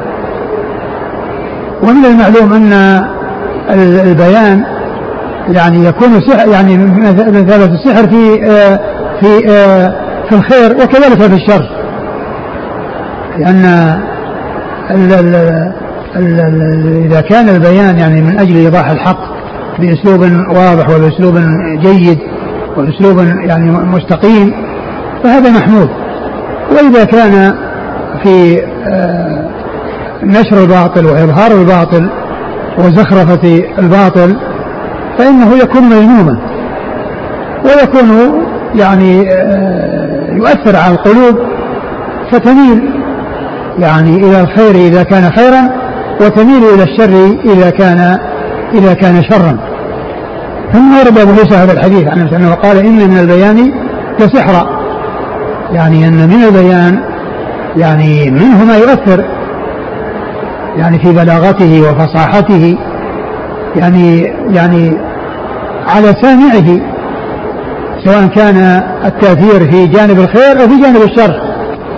ومن المعلوم أن البيان يعني يكون سحر يعني مثابة السحر في في في الخير وكذلك في الشر لأن ال ال ال ال إذا كان البيان يعني من أجل إيضاح الحق بأسلوب واضح وبأسلوب جيد وبأسلوب يعني مستقيم فهذا محمود. وإذا كان في نشر الباطل وإظهار الباطل وزخرفة الباطل فإنه يكون مذموما ويكون يعني يؤثر على القلوب فتميل يعني إلى الخير إذا كان خيرا وتميل إلى الشر إذا كان إذا كان شرا. ثم ورد أبو عيسى هذا الحديث عن النبي وقال إن من البيان لسحرا يعني أن من البيان يعني منه ما يؤثر يعني في بلاغته وفصاحته يعني يعني على سامعه سواء كان التأثير في جانب الخير أو في جانب الشر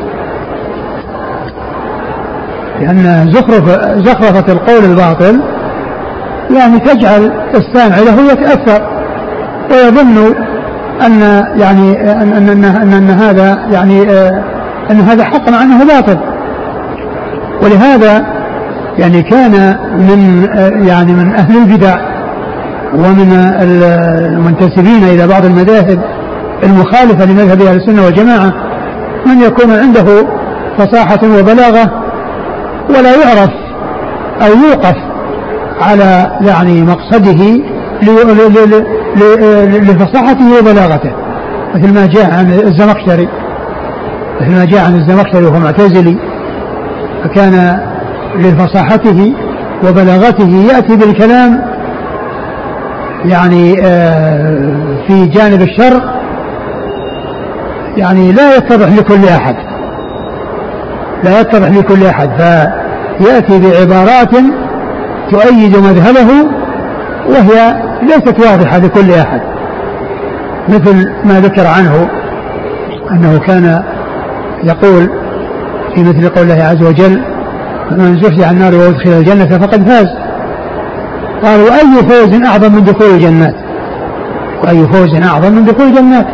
لأن زخرف زخرفة القول الباطل يعني تجعل السامع له يتأثر ويظن أن يعني أن أن, أن, أن, أن هذا يعني أن هذا حق مع أنه باطل. ولهذا يعني كان من يعني من أهل البدع ومن المنتسبين إلى بعض المذاهب المخالفة لمذهب أهل السنة والجماعة من يكون عنده فصاحة وبلاغة ولا يعرف أو يوقف على يعني مقصده لفصاحته وبلاغته، مثل ما جاء عن الزمخشري مثل ما جاء عن الزمخشري وهو معتزلي، فكان لفصاحته وبلاغته يأتي بالكلام يعني في جانب الشر يعني لا يتضح لكل أحد لا يتضح لكل أحد فيأتي بعبارات تؤيد مذهبه وهي ليست واضحة لكل أحد، مثل ما ذكر عنه أنه كان يقول في مثل قول الله عز وجل من زحزح عن النار وادخل الجنة فقد فاز. قال وأي فوز أعظم من دخول الجنات وأي فوز أعظم من دخول الجنات.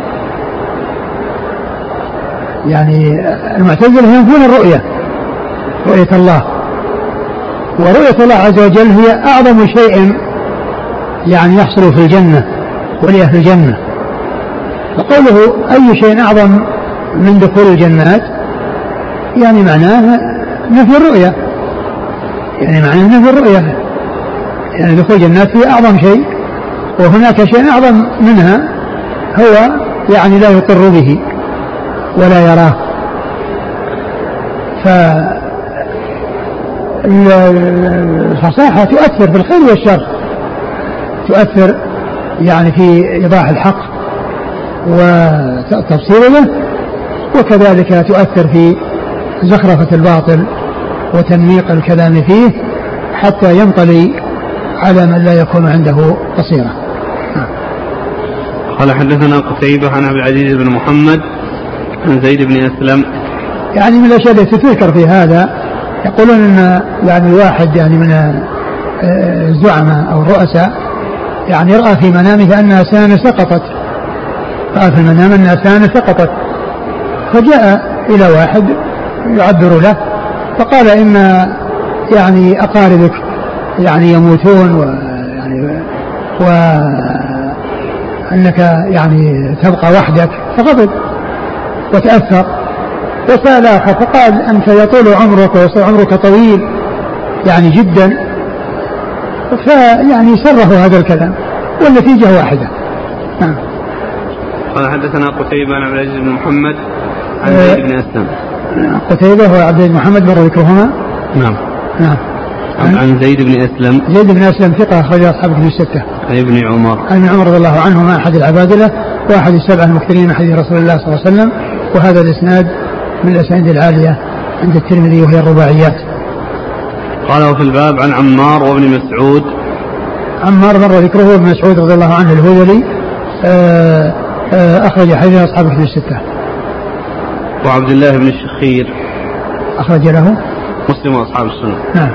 يعني المعتزلة ينفون الرؤية رؤية الله، ورؤية الله عز وجل هي أعظم شيء يعني يحصل في الجنة ولأهل الجنة. فقوله أي شيء أعظم من دخول الجنات يعني معناه نفي الرؤية، يعني معناه نفي الرؤية، يعني دخول الجنات هي أعظم شيء وهناك شيء أعظم منها هو يعني لا يقر به ولا يراه. فالفصاحة تؤثر في الخير والشر، تؤثر يعني في إيضاح الحق وتفسيره، وكذلك تؤثر في زخرفة الباطل وتنميق الكلام فيه حتى ينطلي على من لا يكون عنده بصيرة. قال حدثنا قتيبة عن عبد العزيز بن محمد عن زيد بن أسلم. يعني من الأشياء التي تذكر في هذا يقولون أن يعني واحد يعني من الزعماء أو الرؤساء يعني رأى في منامه أن أسنانه سقطت، رأى في المنام أن أسنانه سقطت، فجاء إلى واحد يعبر له فقال إن يعني أقاربك يعني يموتون ويعني وأنك يعني تبقى وحدك، فغضب وتأثر وسأل آخر فقال أنت يطول عمرك ويصير عمرك طويل يعني جدا، فيعني سره هذا الكلام والنتيجة واحدة. نعم. قال حدثنا قتيبة عن عبد العزيز بن محمد عن زيد بن أسلم. قتيبة هو عبد العزيز بن محمد مر ذكرهما. نعم. نعم. عن, عن زيد بن أسلم. زيد بن أسلم ثقة أخرج أصحاب الكتب الستة. عن ابن عمر. عن ابن عمر رضي الله عنهما أحد العبادلة وأحد السبعة المكثرين من حديث رسول الله صلى الله عليه وسلم، وهذا الإسناد من الأسانيد العالية عند الترمذي وهي الرباعيات. قال في الباب عن عمار وابن مسعود. عمار مر ذكره ابن مسعود رضي الله عنه الهذلي أخرج حديث أصحاب الكتب الستة. وعبد الله بن الشخير أخرج له مسلم وأصحاب السنة. نعم.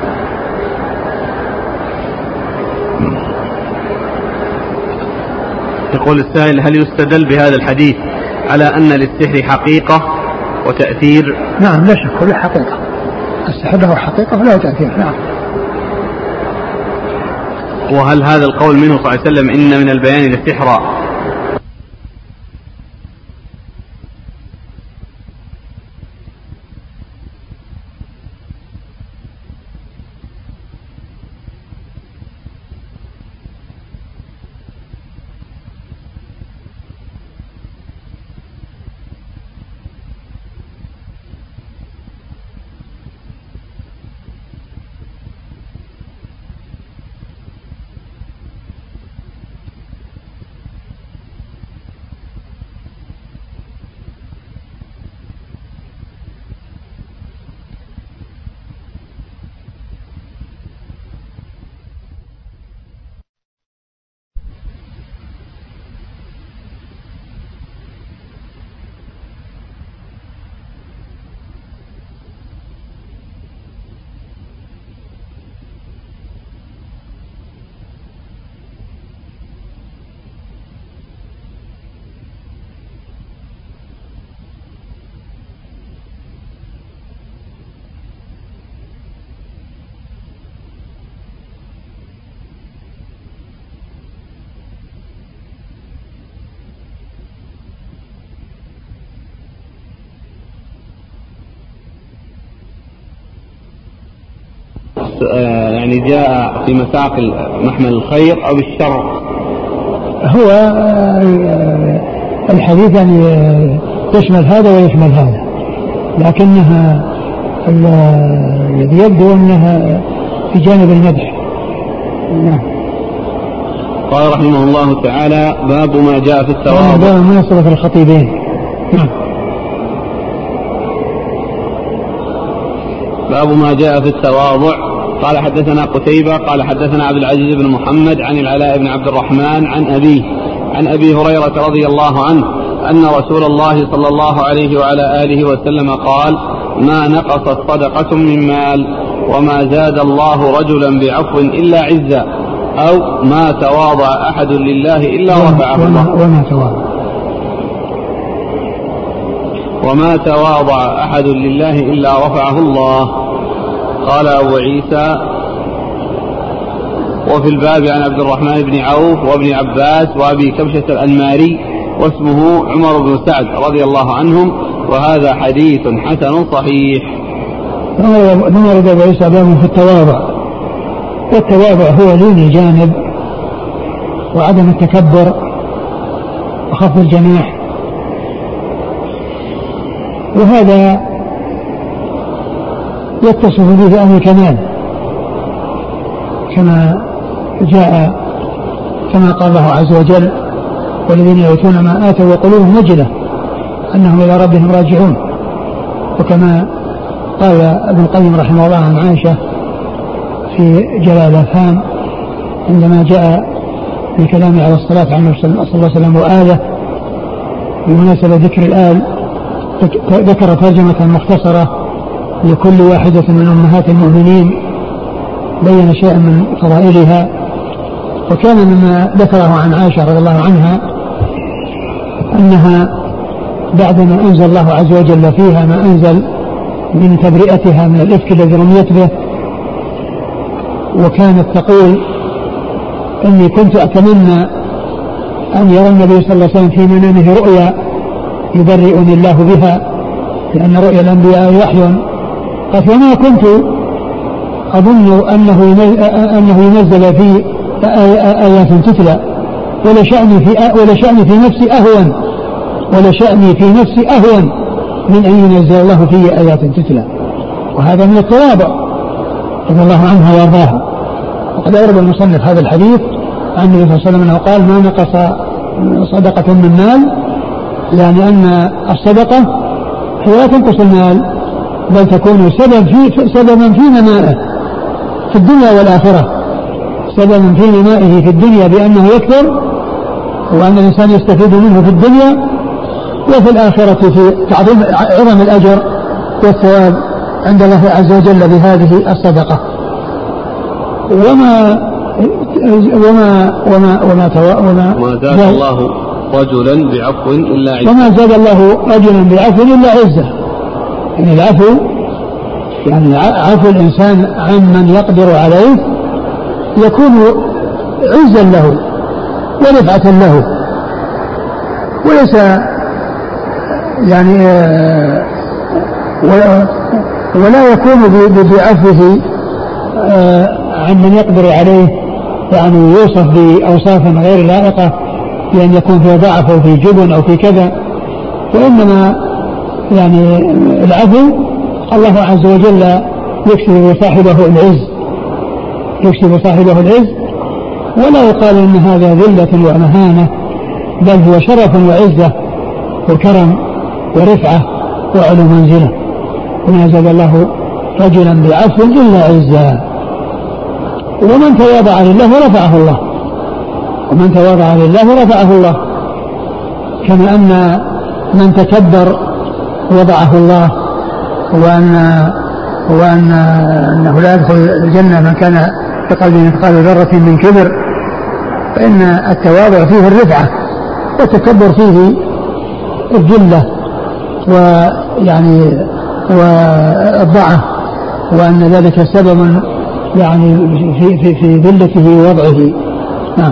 يقول السائل هل يستدل بهذا الحديث على أن للسحر حقيقة وتأثير؟ نعم لا شك له حقيقة، السحر له حقيقة وله تأثير. نعم. وهل هذا القول منه صلى الله عليه وسلم إن من البيان للسحر يعني جاء في مساق محمل الخير أو الشر؟ هو الحديث يعني يشمل هذا ويشمل هذا، لكنها الذي يبدو أنها في جانب المدح. نعم. قال رحمه الله تعالى: باب ما جاء في التواضع. باب مناسبة الخطيبين. نعم. باب ما جاء في التواضع. قال حدثنا قتيبة قال حدثنا عبد العزيز بن محمد عن العلاء بن عبد الرحمن عن أبيه عن أبي هريرة رضي الله عنه أن رسول الله صلى الله عليه وعلى آله وسلم قال: ما نقصت صدقة من مال وما زاد الله رجلا بعفو إلا عزا، أو ما تواضع أحد لله إلا رفعه الله. وما تواضع وما تواضع أحد لله إلا رفعه الله. قال أبو عيسى: وفي الباب عن عبد الرحمن بن عوف وابن عباس وأبي كبشة الأنماري واسمه عمر بن سعد رضي الله عنهم، وهذا حديث حسن صحيح. ثم ورد أبو عيسى باب في التواضع، والتواضع هو لين الجانب وعدم التكبر وخفض الجناح، وهذا يتصف به أهل الكمال كما جاء كما قال الله عز وجل: والذين يؤتون ما آتوا وقلوبهم وجلة أنهم إلى ربهم راجعون. وكما قال ابن القيم رحمه الله عن عائشة في جلال الأفهام عندما جاء في كلامه على الصلاة على النبي صلى الله عليه وسلم وآله بمناسبة ذكر الآل، ذكر ترجمة مختصرة لكل واحدة من أمهات المؤمنين، بين شيئا من فضائلها. وكان مما ذكره عن عائشة رضي الله عنها أنها بعدما أنزل الله عز وجل فيها ما أنزل من تبرئتها من الإفك الذي رميت به، وكانت تقول: إني كنت أتمنى أن يرى النبي صلى الله عليه وسلم في منامه رؤيا يبرئني الله بها، لأن رؤيا الأنبياء وحي. قالت: وما كنت أظن أنه أنه ينزل في آيات تتلى، ولا شأني في ولا شأني في نفسي أهون ولا شأني في نفسي أهون من أن ينزل الله في آيات تتلى. وهذا من التواضع رضي الله عنها وارضاها. وقد أورد المصنف هذا الحديث عن النبي صلى الله عليه وسلم أنه قال: ما نقص صدقة من مال، يعني أن الصدقة هي لا تنقص المال، بل تكون سبب في سببا في نمائه في الدنيا والآخرة، سببا في نمائه في الدنيا بأنه يكثر وأن الإنسان يستفيد منه في الدنيا، وفي الآخرة في تعظيم عظم الأجر والثواب عند الله عز وجل بهذه الصدقة. وما وما وما وما وما, وما زاد الله رجلا بعفو إلا عزة. وما زاد الله رجلا بعفو إلا عزة. يعني العفو يعني عفو الإنسان عن من يقدر عليه يكون عزا له ورفعة له، وليس يعني ولا يكون بعفوه عن من يقدر عليه يعني يوصف بأوصاف غير لائقة، بأن يكون في ضعف أو في جبن أو في كذا، وإنما يعني العفو الله عز وجل يكسب صاحبه العز يكسب صاحبه العز ولا يقال إن هذا ذلة ومهانة، بل هو شرف وعزة وكرم ورفعة وعلو منزلة. وما زاد الله رجلا بعفو إلا عزا. ومن تواضع لله رفعه الله ومن تواضع لله رفعه الله كما أن من تكبر وضعه الله، وأن وأن أنه لا يدخل الجنة من كان في قلبه مثقال ذرة من كبر. فإن التواضع فيه الرفعة والتكبر فيه الذلة ويعني والضعف، وأن ذلك سبب يعني في في في ذلته ووضعه. نعم.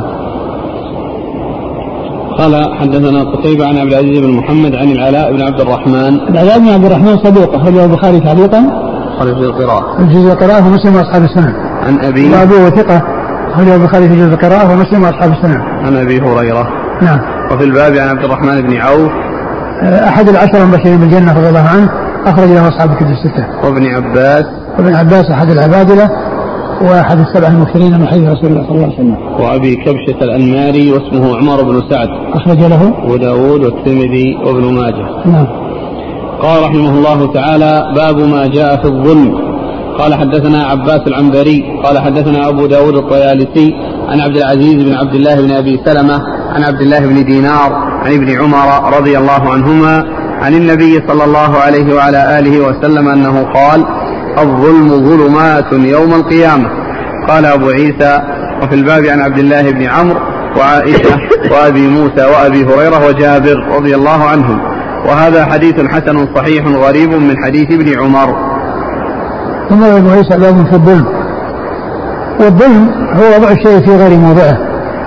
قال حدثنا قتيبة عن عبد العزيز بن محمد عن العلاء بن عبد الرحمن. العلاء بن عبد الرحمن صدوق، أخرجه البخاري تعليقا خالف في القراءة. الجزء القراءة ومسلم وأصحاب السنن. عن أبي وأبوه ثقة أخرجه البخاري في جزء القراءة ومسلم وأصحاب السنن. عن أبي هريرة. نعم. وفي الباب عن عبد الرحمن بن عوف أحد العشرة المبشرين بالجنة رضي الله عنه أخرج له أصحاب الكتب الستة. وابن عباس. وابن عباس أحد العبادلة وأحد السبع المكثرين من حديث رسول الله صلى الله عليه وسلم. وأبي كبشة الأنماري واسمه عمر بن سعد أخرج له أبو داود والترمذي وابن ماجه. نعم. قال رحمه الله تعالى باب ما جاء في الظلم. قال حدثنا عباس العنبري قال حدثنا أبو داود الطيالسي عن عبد العزيز بن عبد الله بن أبي سلمة عن عبد الله بن دينار عن ابن عمر رضي الله عنهما عن النبي صلى الله عليه وعلى آله وسلم أنه قال الظلم ظلمات يوم القيامة. قال أبو عيسى وفي الباب عن عبد الله بن عمرو وعائشة وأبي موسى وأبي هريرة وجابر رضي الله عنهم، وهذا حديث حسن صحيح غريب من حديث ابن عمر. ثم أبو عيسى باب في الظلم. والظلم هو وضع الشيء في غير موضعه،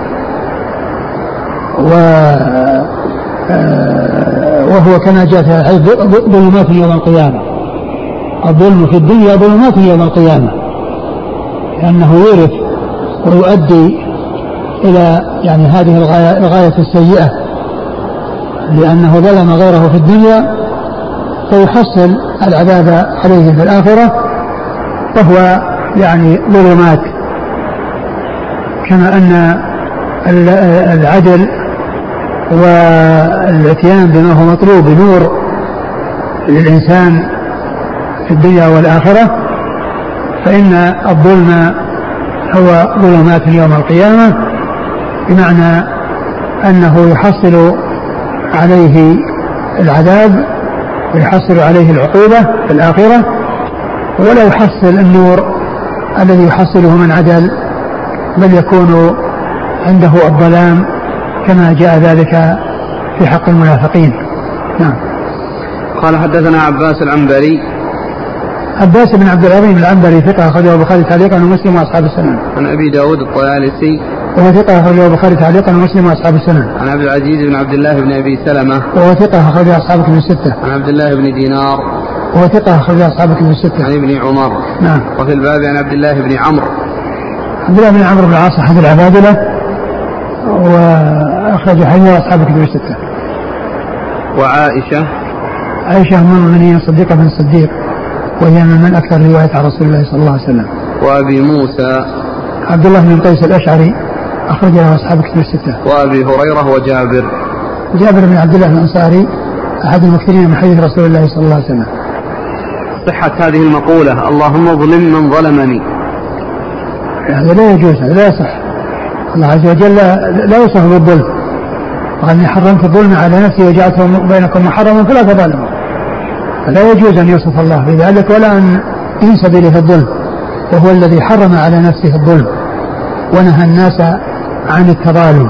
وهو كما جاء في الحديث ظلمات يوم القيامة. الظلم في الدنيا ظلمات يوم القيامة، لأنه يورث ويؤدي إلى يعني هذه الغاية, الغاية السيئة، لأنه ظلم غيره في الدنيا فيحصل العذاب عليه في الآخرة، وهو يعني ظلمات. كما أن العدل والاتيان بما هو مطلوب بنور للإنسان في الدنيا والآخرة، فإن الظلم هو ظلمات يوم القيامة، بمعنى أنه يحصل عليه العذاب ويحصل عليه العقوبة في الآخرة، ولا يحصل النور الذي يحصله من عدل، بل يكون عنده الظلام كما جاء ذلك في حق المنافقين. نعم. قال حدثنا عباس العنبري. عباس بن عبد العظيم العنبري ثقة أخرجه البخاري تعليقا ومسلم وأصحاب السنن. عن أبي داود الطيالسي وهو ثقة أخرجه البخاري تعليقا ومسلم وأصحاب السنن. عن عبد العزيز بن عبد الله بن أبي سلمة وهو ثقة أخرجه أصحاب الكتب الستة. عن عبد الله بن دينار وهو ثقة أخرجه أصحاب الكتب الستة. عن ابن عمر. نعم. وفي الباب عن عبد الله بن عمرو. عبد الله بن عمرو بن العاص أحد العبادلة وأخرج حديث أصحاب الكتب الستة. وعائشة. عائشة أم المؤمنين صديقة بن الصديق، وهي من, من أكثر رواية عن رسول الله صلى الله عليه وسلم. وأبي موسى عبد الله بن قيس الأشعري أخرج له أصحاب الكتب الستة. وأبي هريرة وجابر. جابر بن عبد الله الأنصاري أحد المكثرين من حديث رسول الله صلى الله عليه وسلم. صحة هذه المقولة اللهم ظلم من ظلمني، هذا لا يجوز، هذا لا يصح. الله عز وجل لا يوصف بالظلم، قال إني حرمت الظلم على نفسي وجعلته بينكم محرما فلا تظالموا، فلا يجوز أن يوصف الله بذلك ولا أن ينسب إليه الظلم، وهو الذي حرم على نفسه الظلم ونهى الناس عن التظالم.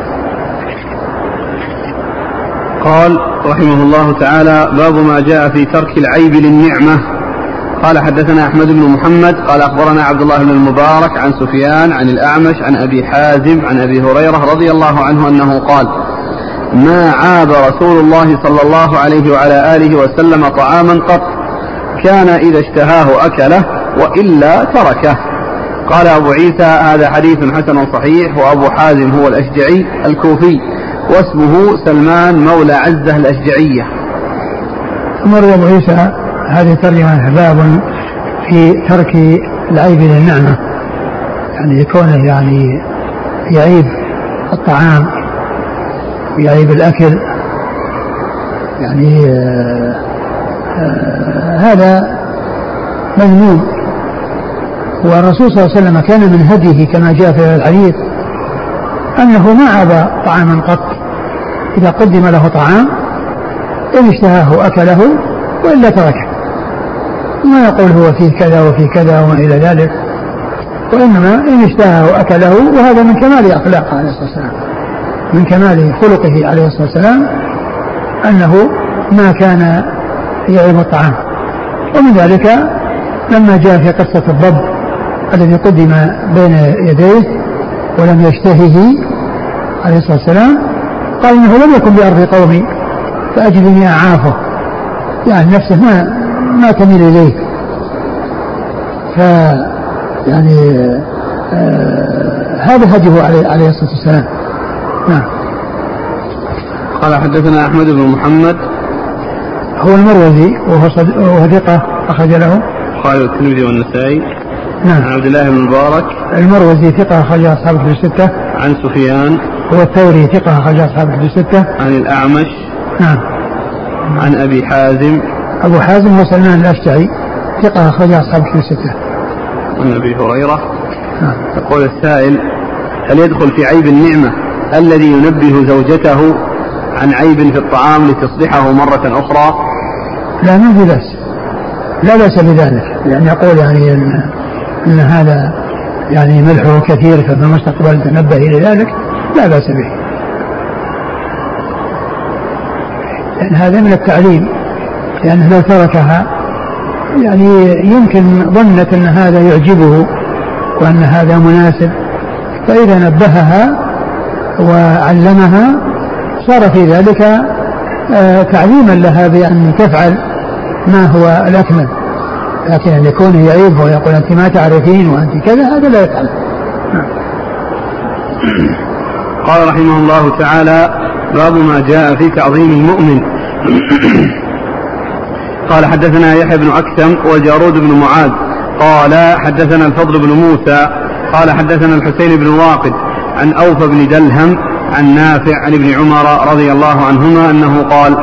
قال رحمه الله تعالى باب ما جاء في ترك العيب للنعمة. قال حدثنا أحمد بن محمد قال أخبرنا عبد الله بن المبارك عن سفيان عن الأعمش عن أبي حازم عن أبي هريرة رضي الله عنه أنه قال ما عاب رسول الله صلى الله عليه وعلى آله وسلم طعاما قط، كان إذا اشتهاه أكله وإلا تركه. قال أبو عيسى هذا حديث حسن صحيح. وأبو حازم هو الأشجعي الكوفي واسمه سلمان مولى عزة الأشجعية. أمر أبو عيسى هذه ترجمة باب في ترك العيب للنعمة، يعني يكونه يعني يعيب الطعام يعيب الأكل، يعني آآ آآ هذا مذموم. والرسول صلى الله عليه وسلم كان من هديه كما جاء في الحديث أنه ما عاب طعاما قط، إذا قدم له طعام إن اشتهاه أكله وإلا تركه، ما يقول هو فيه كذا وفيه كذا وما إلى ذلك، وإنما إن اشتهاه أكله. وهذا من كمال أخلاقه عليه الصلاة والسلام، من كمال خلقه عليه الصلاة والسلام أنه ما كان يعيب الطعام. ومن ذلك لما جاء في قصة الضب الذي قدم بين يديه ولم يشتهه عليه الصلاة والسلام قال إنه لم يكن بأرض قومي فأجدني أعافه، يعني نفسه ما, ما تميل إليه ف يعني آه هذا هديه عليه, عليه الصلاة والسلام. نعم. قال حدثنا أحمد بن محمد هو المروزي وهو ثقة أخرج له قال الترمذي والنسائي. نعم. عن عبد الله بن المبارك المروزي ثقة أخرج أصحاب الكتب الستة. عن سفيان هو الثوري ثقة أخرج أصحاب الكتب الستة. عن الأعمش. نعم. عن أبي حازم. أبو حازم هو سلمان الأشجعي ثقة أخرج أصحاب الكتب الستة. عن أبي هريرة. نعم. يقول السائل: هل يدخل في عيب النعمة الذي ينبه زوجته عن عيب في الطعام لتصلحه مرة أخرى؟ لا، ما في بأس، لا بأس بذلك، يعني يقول يعني إن, إن هذا يعني ملحه كثير ففي المستقبل تنبه إلى ذلك، لا بأس به، لأن هذا من التعليم، لأنه لو تركها يعني يمكن ظنت أن هذا يعجبه وأن هذا مناسب، فإذا نبهها وعلمها صار في ذلك آه تعليما لها بأن تفعل ما هو الأكمل، لكن أن يكون يعيب ويقول أنت ما تعرفين وأنت كذا، هذا لا يفعل. قال رحمه الله تعالى: باب ما جاء في تعظيم المؤمن. قال حدثنا يحيى بن أكثم وجارود بن معاذ قال حدثنا الفضل بن موسى قال حدثنا الحسين بن واقد عن أوفى بن دلهم عن نافع عن ابن عمر رضي الله عنهما أنه قال: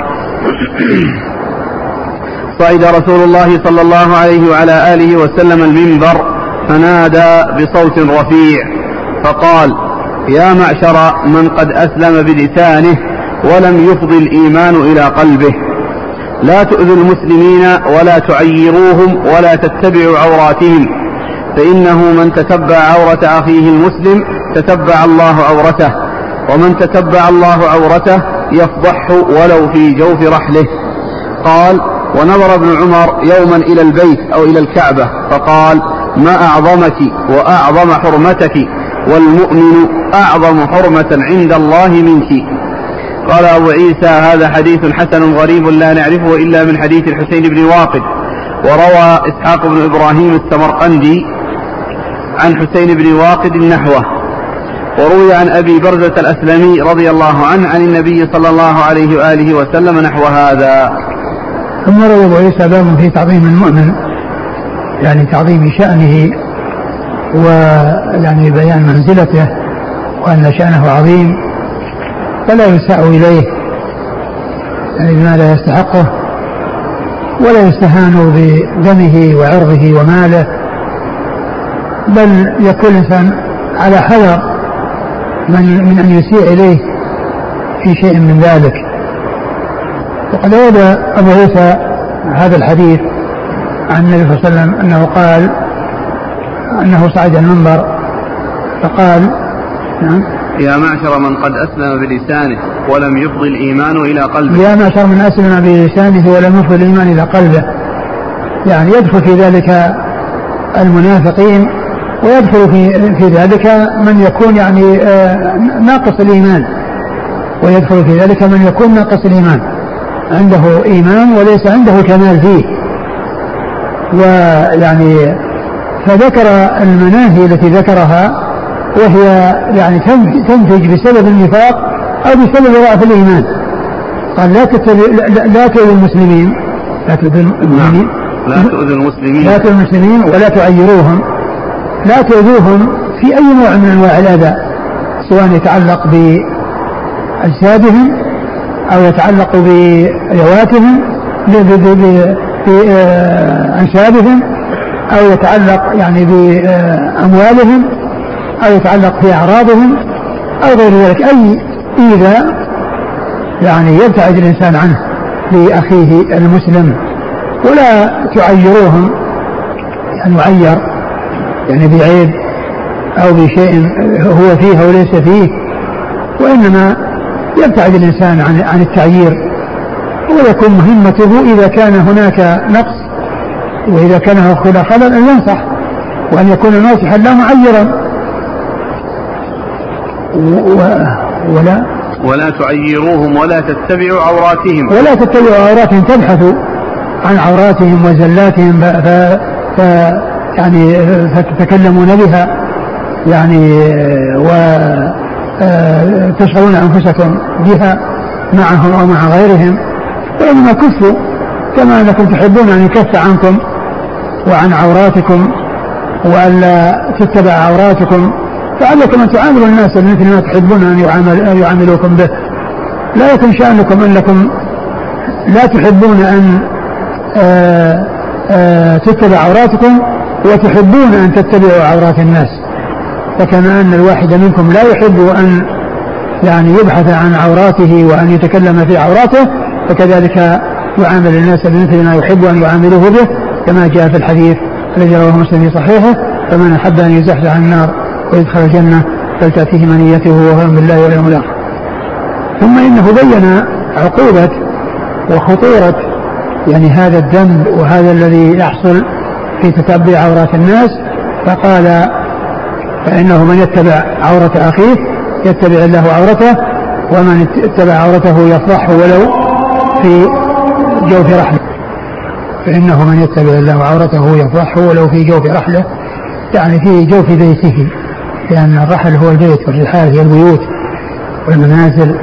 صعد رسول الله صلى الله عليه وعلى آله وسلم المنبر فنادى بصوت رفيع فقال: يا معشر من قد أسلم بلسانه ولم يفض الإيمان إلى قلبه، لا تؤذوا المسلمين ولا تعيروهم ولا تتبعوا عوراتهم، فإنه من تتبع عورة أخيه المسلم تتبع الله عورته، ومن تتبع الله عورته يفضحه ولو في جوف رحله. قال: ونظر ابن عمر يوما إلى البيت أو إلى الكعبة فقال: ما أعظمك وأعظم حرمتك، والمؤمن أعظم حرمة عند الله منك. قال أبو عيسى: هذا حديث حسن غريب لا نعرفه إلا من حديث الحسين بن واقد. وروى إسحاق بن إبراهيم السمرقندي عن حسين بن واقد نحوه. وروي عن أبي برزة الأسلمي رضي الله عنه عن النبي صلى الله عليه وآله وسلم نحو هذا. ثم روى أبو عيسى باب في تعظيم المؤمن، يعني تعظيم شأنه ويعني بيان منزلته وأن شأنه عظيم فلا يساء إليه يعني بما لا يستحقه، ولا يستهان بدمه وعرضه وماله، بل يكون الإنسان على حذر من, من أن يسيء إليه في شيء من ذلك. وقد روى أبو عيسى هذا الحديث عن النبي صلى الله عليه وسلم أنه قال أنه صعد المنبر فقال: نعم، يا معشر من قد أسلم بلسانه ولم يفض الإيمان إلى قلبه. يا معشر من أسلم بلسانه ولم يفض الإيمان إلى قلبه، يعني يدخل في ذلك المنافقين، ويدخل في, في ذلك من يكون يعني ناقص الإيمان، ويدخل في ذلك من يكون ناقص الإيمان عنده إيمان وليس عنده كمال فيه. ويعني فذكر المناهي التي ذكرها وهي يعني تنتج بسبب النفاق أو بسبب ضعف الإيمان. قال: لا لا تؤذوا المسلمين لا تؤذوا المسلمين لا تؤذوا المسلمين لا تؤذوا المسلمين ولا تعيروهم، لا تؤذوهم في أي نوع من أنواع الأذى، سواء يتعلق بأجسادهم أو يتعلق بذواتهم بأنسابهم أو يتعلق يعني بأموالهم أو يتعلق في أعراضهم أو غير ذلك، أي إيذاء يعني يبتعد الإنسان عنه لأخيه المسلم. ولا تعيروهم، يعني يعير يعني بعيب أو بشيء هو فيه أو ليس فيه، وإنما يبتعد الإنسان عن عن التعيير، ويكون مهمته إذا كان هناك نقص وإذا كان هناك خلل أن ينصح، وأن يكون ناصحا لا معيرا. ولا ولا تعيروهم ولا تتبعوا عوراتهم ولا تتبعوا عوراتهم، تبحثوا عن عوراتهم وزلاتهم يعني فتتكلمون بها يعني وتشغلون أنفسكم بها معهم أو مع غيرهم، فإنما كفوا كما أنكم تحبون أن يكف عنكم وعن عوراتكم وألا تتبع عوراتكم، فعليكم أن تعاملوا الناس مثل ما تحبون أن يعامل يعاملوكم به. لا يكن شأنكم أنكم لا تحبون أن آآ آآ تتبع عوراتكم وتحبون أن تتبعوا عورات الناس، فكما أن الواحد منكم لا يحب أن يعني يبحث عن عوراته وأن يتكلم في عوراته، فكذلك يعامل الناس بمثل ما يحب أن يعاملوه به، كما جاء في الحديث الذي رواه مسلم في صحيحه: فمن أحب أن يزحزح عن النار ويدخل الجنة فلتأتيه منيته وهو بالله واليوم الآخر. ثم إنه بين عقوبة وخطورة يعني هذا الذنب وهذا الذي يحصل في تتبع عورات الناس، فقال: فإنه من يتبع عورة أخيه يتبع الله عورته، ومن اتبع عورته يفضحه ولو في جوف رحله. فإنه من يتبع الله عورته يفضحه ولو في جوف رحله، يعني في جوف بيته، لأن الرحل هو البيت والرحال هي البيوت والمنازل.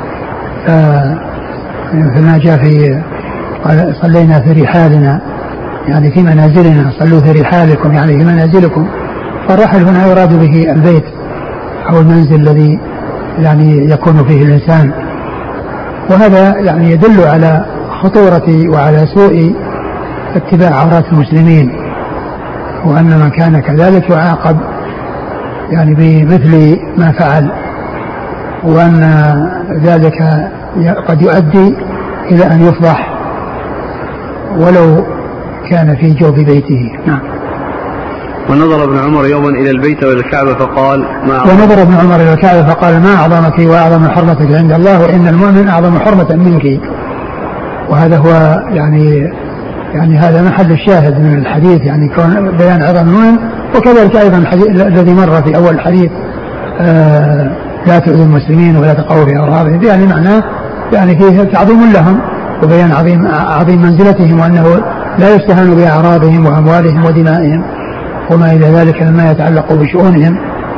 فما جاء في قال: صلينا في رحالنا، يعني في منازلنا، صلوا في رحالكم يعني في منازلكم. فالرحل هنا يراد به البيت أو المنزل الذي يعني يكون فيه الإنسان. وهذا يعني يدل على خطورة وعلى سوء اتباع عورات المسلمين، وأن من كان كذلك يعاقب يعني بمثل ما فعل، وأن ذلك قد يؤدي إلى أن يفضح ولو كان في جوف بيته. نعم. ونظر ابن عمر يوما إلى البيت وإلى الكعبة فقال: ما ونظر ابن عمر إلى الكعبة فقال: ما أعظمك وأعظم حرمتك عند الله، وإن المؤمن أعظم حرمة منك. وهذا هو يعني يعني هذا محل الشاهد من الحديث، يعني كون بيان عظم المؤمن. وكذلك أيضا الذي مر في أول الحديث: آه لا تؤذوا المسلمين ولا تقعوا في أرهابهم، يعني معناه يعني فيه تعظيم لهم وبيان عظيم عظيم منزلتهم، وأنه لا يستهان بأعراضهم وأموالهم ودمائهم وما إلى ذلك مما يتعلق بشؤونهم.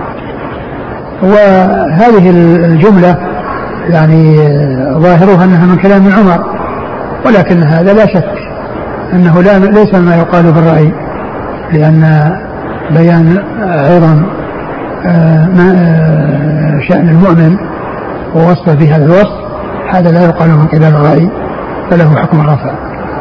وهذه الجملة يعني ظاهرها أنها من كلام ابن عمر، ولكن هذا لا شك أنه لا ليس ما يقال بالرأي، لأن بيان عظم شأن المؤمن ووصفه بهذا الوصف هذا لا يقال من كلام الرأي، فله حكم الرفع.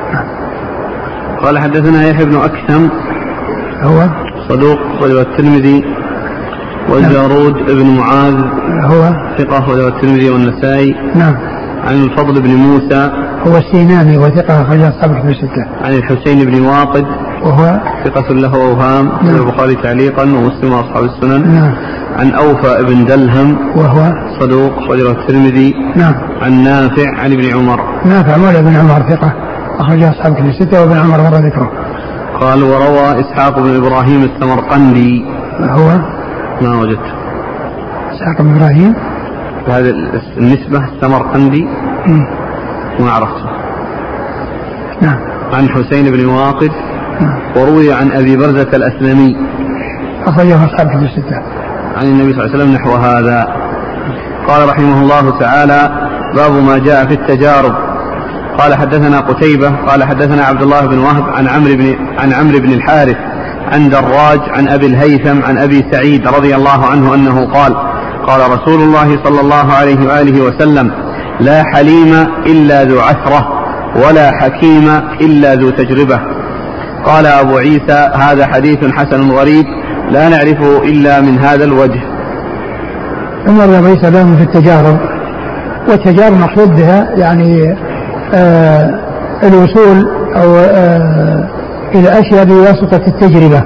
قال: حدثنا يحيى بن أكثم هو صدوق وروى الترمذي، والجارود بن معاذ هو ثقة وروى الترمذي والنسائي. نعم. عن الفضل بن موسى هو السيناني وثقة أخرج أصحاب الكتب الستة. عن الحسين بن واقد وهو ثقة له أوهام، نعم. البخاري تعليقا ومسلم وأصحاب السنن. نعم. عن أوفى بن دلهم وهو صدوق وروى الترمذي. نعم. عن نافع عن ابن عمر. نافع مولى بن عمر ثقة أخرج أصحاب الكتب الستة، وابن عمر مر ذكره. قال: وروى إسحاق بن إبراهيم السمرقندي. هو ما وجدت إسحاق بن إبراهيم هذه النسبة السمرقندي ما عرفته. نعم. عن حسين بن واقد. نعم. وروي عن أبي برزة الأسلمي أخرجه أصحاب الكتب الستة عن النبي صلى الله عليه وسلم نحو هذا. قال رحمه الله تعالى: باب ما جاء في التجارب. قال: حدثنا قتيبة قال: حدثنا عبد الله بن وهب عن عمرو بن عن عمرو بن الحارث عن دراج عن أبي الهيثم عن أبي سعيد رضي الله عنه أنه قال: قال رسول الله صلى الله عليه وآله وسلم: لا حليم إلا ذو عثرة ولا حكيم إلا ذو تجربة. قال أبو عيسى: هذا حديث حسن غريب لا نعرفه إلا من هذا الوجه. ثم أبو عيسى باب في التجارب، والتجارب مقصود بها يعني آه الوصول أو آه إلى أشياء بواسطة التجربة.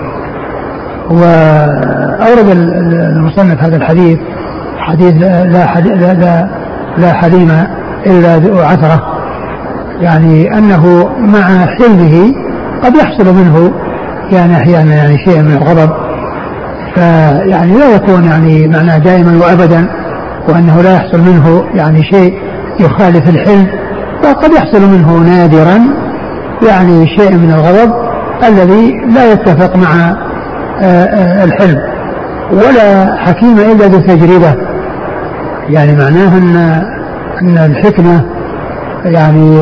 وأورد المصنف هذا الحديث حديث لا, حديث لا, لا, لا حليم إلا ذو عثرة، يعني أنه مع حلمه قد يحصل منه يعني أحيانا يعني شيء من الغضب، فيعني لا يكون يعني معناه دائما وأبدا، وأنه لا يحصل منه يعني شيء يخالف الحلم، وقد يحصل منه نادرا يعني شيء من الغضب الذي لا يتفق مع الحلم، ولا حكيم إلا ذو تجربة. يعني معناه أن أن الحكمة يعني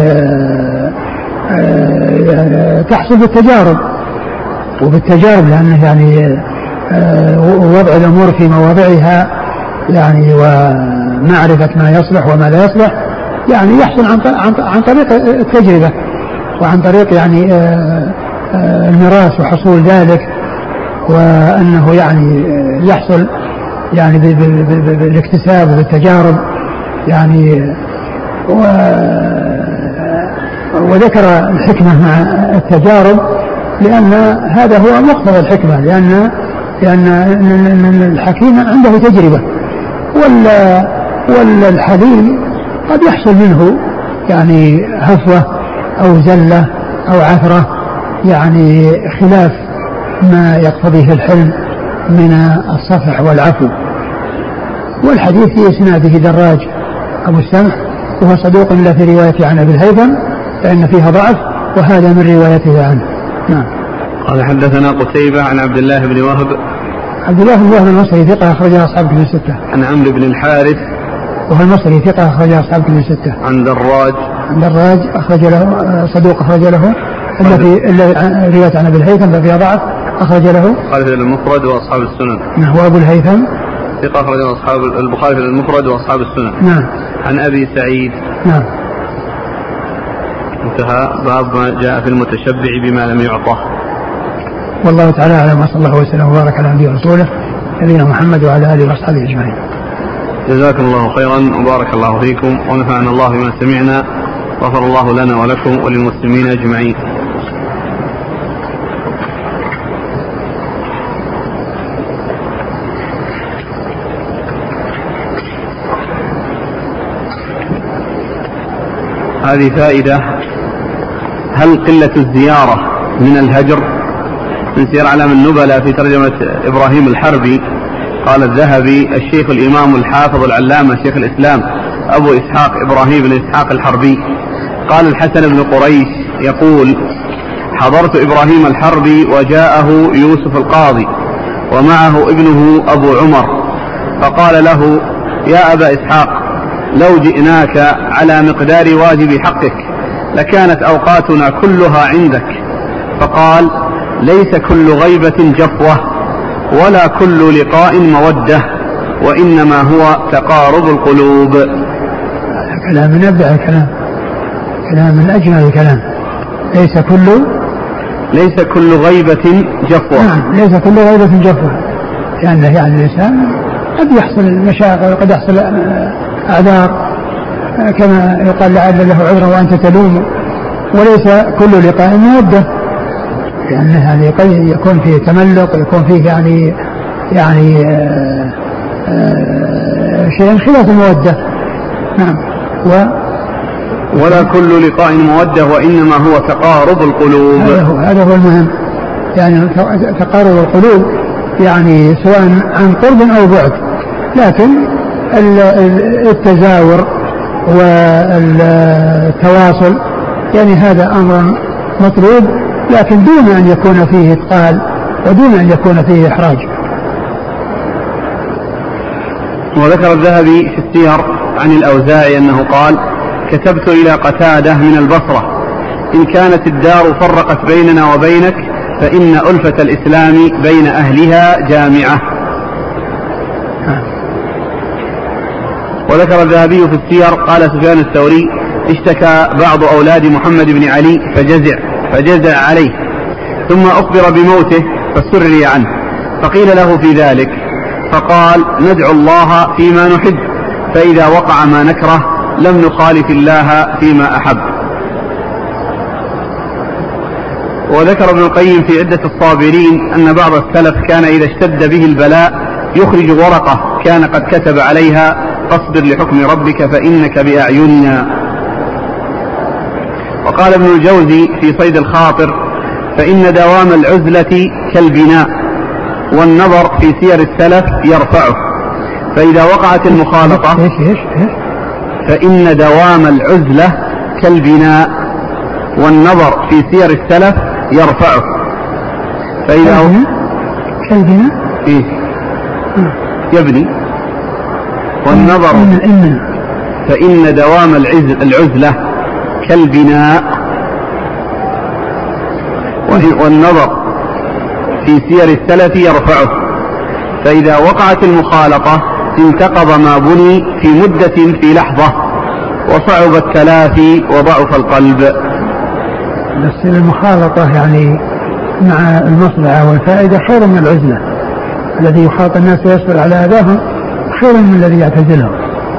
تحصل بالتجارب، وبالتجارب لأنه يعني وضع الأمور في مواضعها يعني ومعرفة ما يصلح وما لا يصلح يعني يحصل عن طريق التجربة وعن طريق يعني المراس وحصول ذلك، وأنه يعني يحصل يعني بالاكتساب وبالتجارب يعني. وذكر الحكمة مع التجارب لأن هذا هو مقتضى الحكمة، لأن لأن الحكيم عنده تجربة، والحليم قد يحصل منه يعني هفوة أو زلة أو عثرة يعني خلاف ما يقتضيه الحلم من الصفح والعفو. والحديث في إسناده دراج أبو السمح وهو صدوق لا في رواية عن أبي الهيثم فإن فيها ضعف، وهذا من روايته عنه. نعم. قال حدثنا قتيبة عن عبد الله بن وهب. عبد الله بن وهب المصري ثقة أخرجها أصحاب كتب الستة. عن عمرو بن الحارث وهو المصري ثقة أخرجها أصحاب كتب الستة. عن دراج. عن دراج أخرج له صدوق أخرج له إلا في إلا رواية عن أبي الهيثم ففيها ضعف أخرج له البخاري في المفرد وأصحاب السنن. نعم. وأبو الهيثم ثقة أخرجه أصحاب البخاري في المفرد وأصحاب السنن. نعم. عن أبي سعيد. نعم. انتهى باب ما جاء في المتشبع بما لم يعطه. والله تعالى أعلم، وصلى الله وسلم وبارك على نبينا ورسوله نبينا محمد وعلى آله وأصحابه أجمعين. جزاكم الله خيرا وبارك الله فيكم ونفعنا الله بما سمعنا، غفر الله لنا ولكم وللمسلمين أجمعين. هذه فائدة: هل قلة الزيارة من الهجر؟ من سير أعلام النبلاء في ترجمة إبراهيم الحربي قال الذهبي: الشيخ الإمام الحافظ العلامة شيخ الإسلام أبو إسحاق إبراهيم بن إسحاق الحربي قال الحسن بن قريش يقول: حضرت إبراهيم الحربي وجاءه يوسف القاضي ومعه ابنه أبو عمر، فقال له: يا أبا إسحاق، لو جئناك على مقدار واجب حقك لكانت أوقاتنا كلها عندك. فقال: ليس كل غيبة جفوة ولا كل لقاء مودة، وإنما هو تقارب القلوب. كلام من أبدع الكلام، كلام من أجمل الكلام. ليس كل ليس كل غيبة جفوة. نعم، ليس كل غيبة جفوة، يعني يعني الإنسان قد يحصل مشاغل وقد يحصل أعذار كما يقال لعل له عذرا وأنت تلوم، وليس كل لقاء مودة، لأن يعني يكون فيه تملق، يكون فيه يعني يعني آآ آآ شيء خلاف المودة. نعم. و ولا كل لقاء مودة وإنما هو تقارب القلوب. هذا هو, هذا هو المهم، يعني تقارب القلوب يعني سواء عن قرب أو بعد، لكن التزاور والتواصل يعني هذا أمر مطلوب، لكن دون أن يكون فيه إثقال ودون أن يكون فيه إحراج. وذكر الذهبي في السير عن الأوزاعي أنه قال: كتبت إلى قتادة من البصرة: إن كانت الدار فرقت بيننا وبينك فإن ألفة الإسلام بين أهلها جامعة. وذكر الذهبي في السير قال سفيان الثوري: اشتكى بعض أولاد محمد بن علي فجزع فجزع عليه، ثم أخبر بموته فسري عنه، فقيل له في ذلك فقال: ندعو الله فيما نحب، فإذا وقع ما نكره لم نخالف الله فيما أحب. وذكر ابن القيم في عدة الصابرين أن بعض السلف كان إذا اشتد به البلاء يخرج ورقة كان قد كتب عليها: فاصبر لحكم ربك فإنك بأعيننا. وقال ابن الجوزي في صيد الخاطر: فإن دوام العزلة كالبناء، والنظر في سير السلف يرفعه، فإذا وقعت المخالطة فإن دوام العزلة كالبناء، والنظر في سير السلف يرفعه، فإذا كالبناء إيه يبني. والنظر إن فإن دوام العزلة كالبناء. والنظر في سير السلف يرفعه، فإذا وقعت المخالطة انتقض ما بني في مدة في لحظة وصعب التلافي وضعف القلب. بس المخالطة يعني مع المصلحة والفائدة خير من العزلة، الذي يخاطب الناس ويصبر على أذاهم خير من الذي يعتزلهم.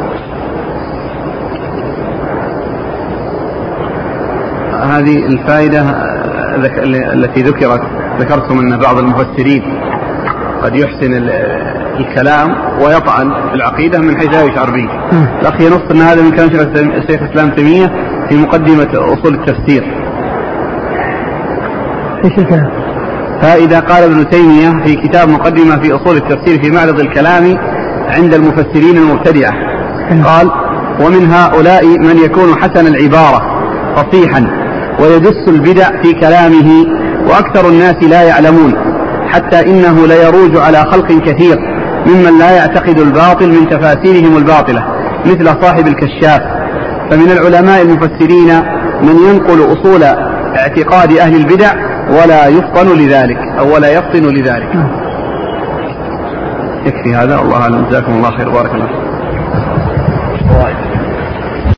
هذه الفائدة التي ذكرت ذكرتم أن بعض المفسرين قد يحسن الكلام ويطعن في العقيدة من حيث لا يشعر به. الأخ ينص أن هذا من كلام الشيخ الإسلام تيمية في مقدمة أصول التفسير. إيش الكلام؟ فإذا قال ابن تيمية في كتاب مقدمة في أصول التفسير في معرض الكلام عند المفسرين المبتدعة قال: ومن هؤلاء من يكون حسن العبارة فصيحا ويدس البدع في كلامه، وأكثر الناس لا يعلمون، حتى إنه ليروج على خلق كثير ممن لا يعتقد الباطل من تفاسيرهم الباطلة مثل صاحب الكشاف. فمن العلماء المفسرين من ينقل أصول اعتقاد أهل البدع ولا يفطن لذلك أو ولا يفطن لذلك. يكفي هذا، الله أعلم. جزاكم الله خير، بارك الله.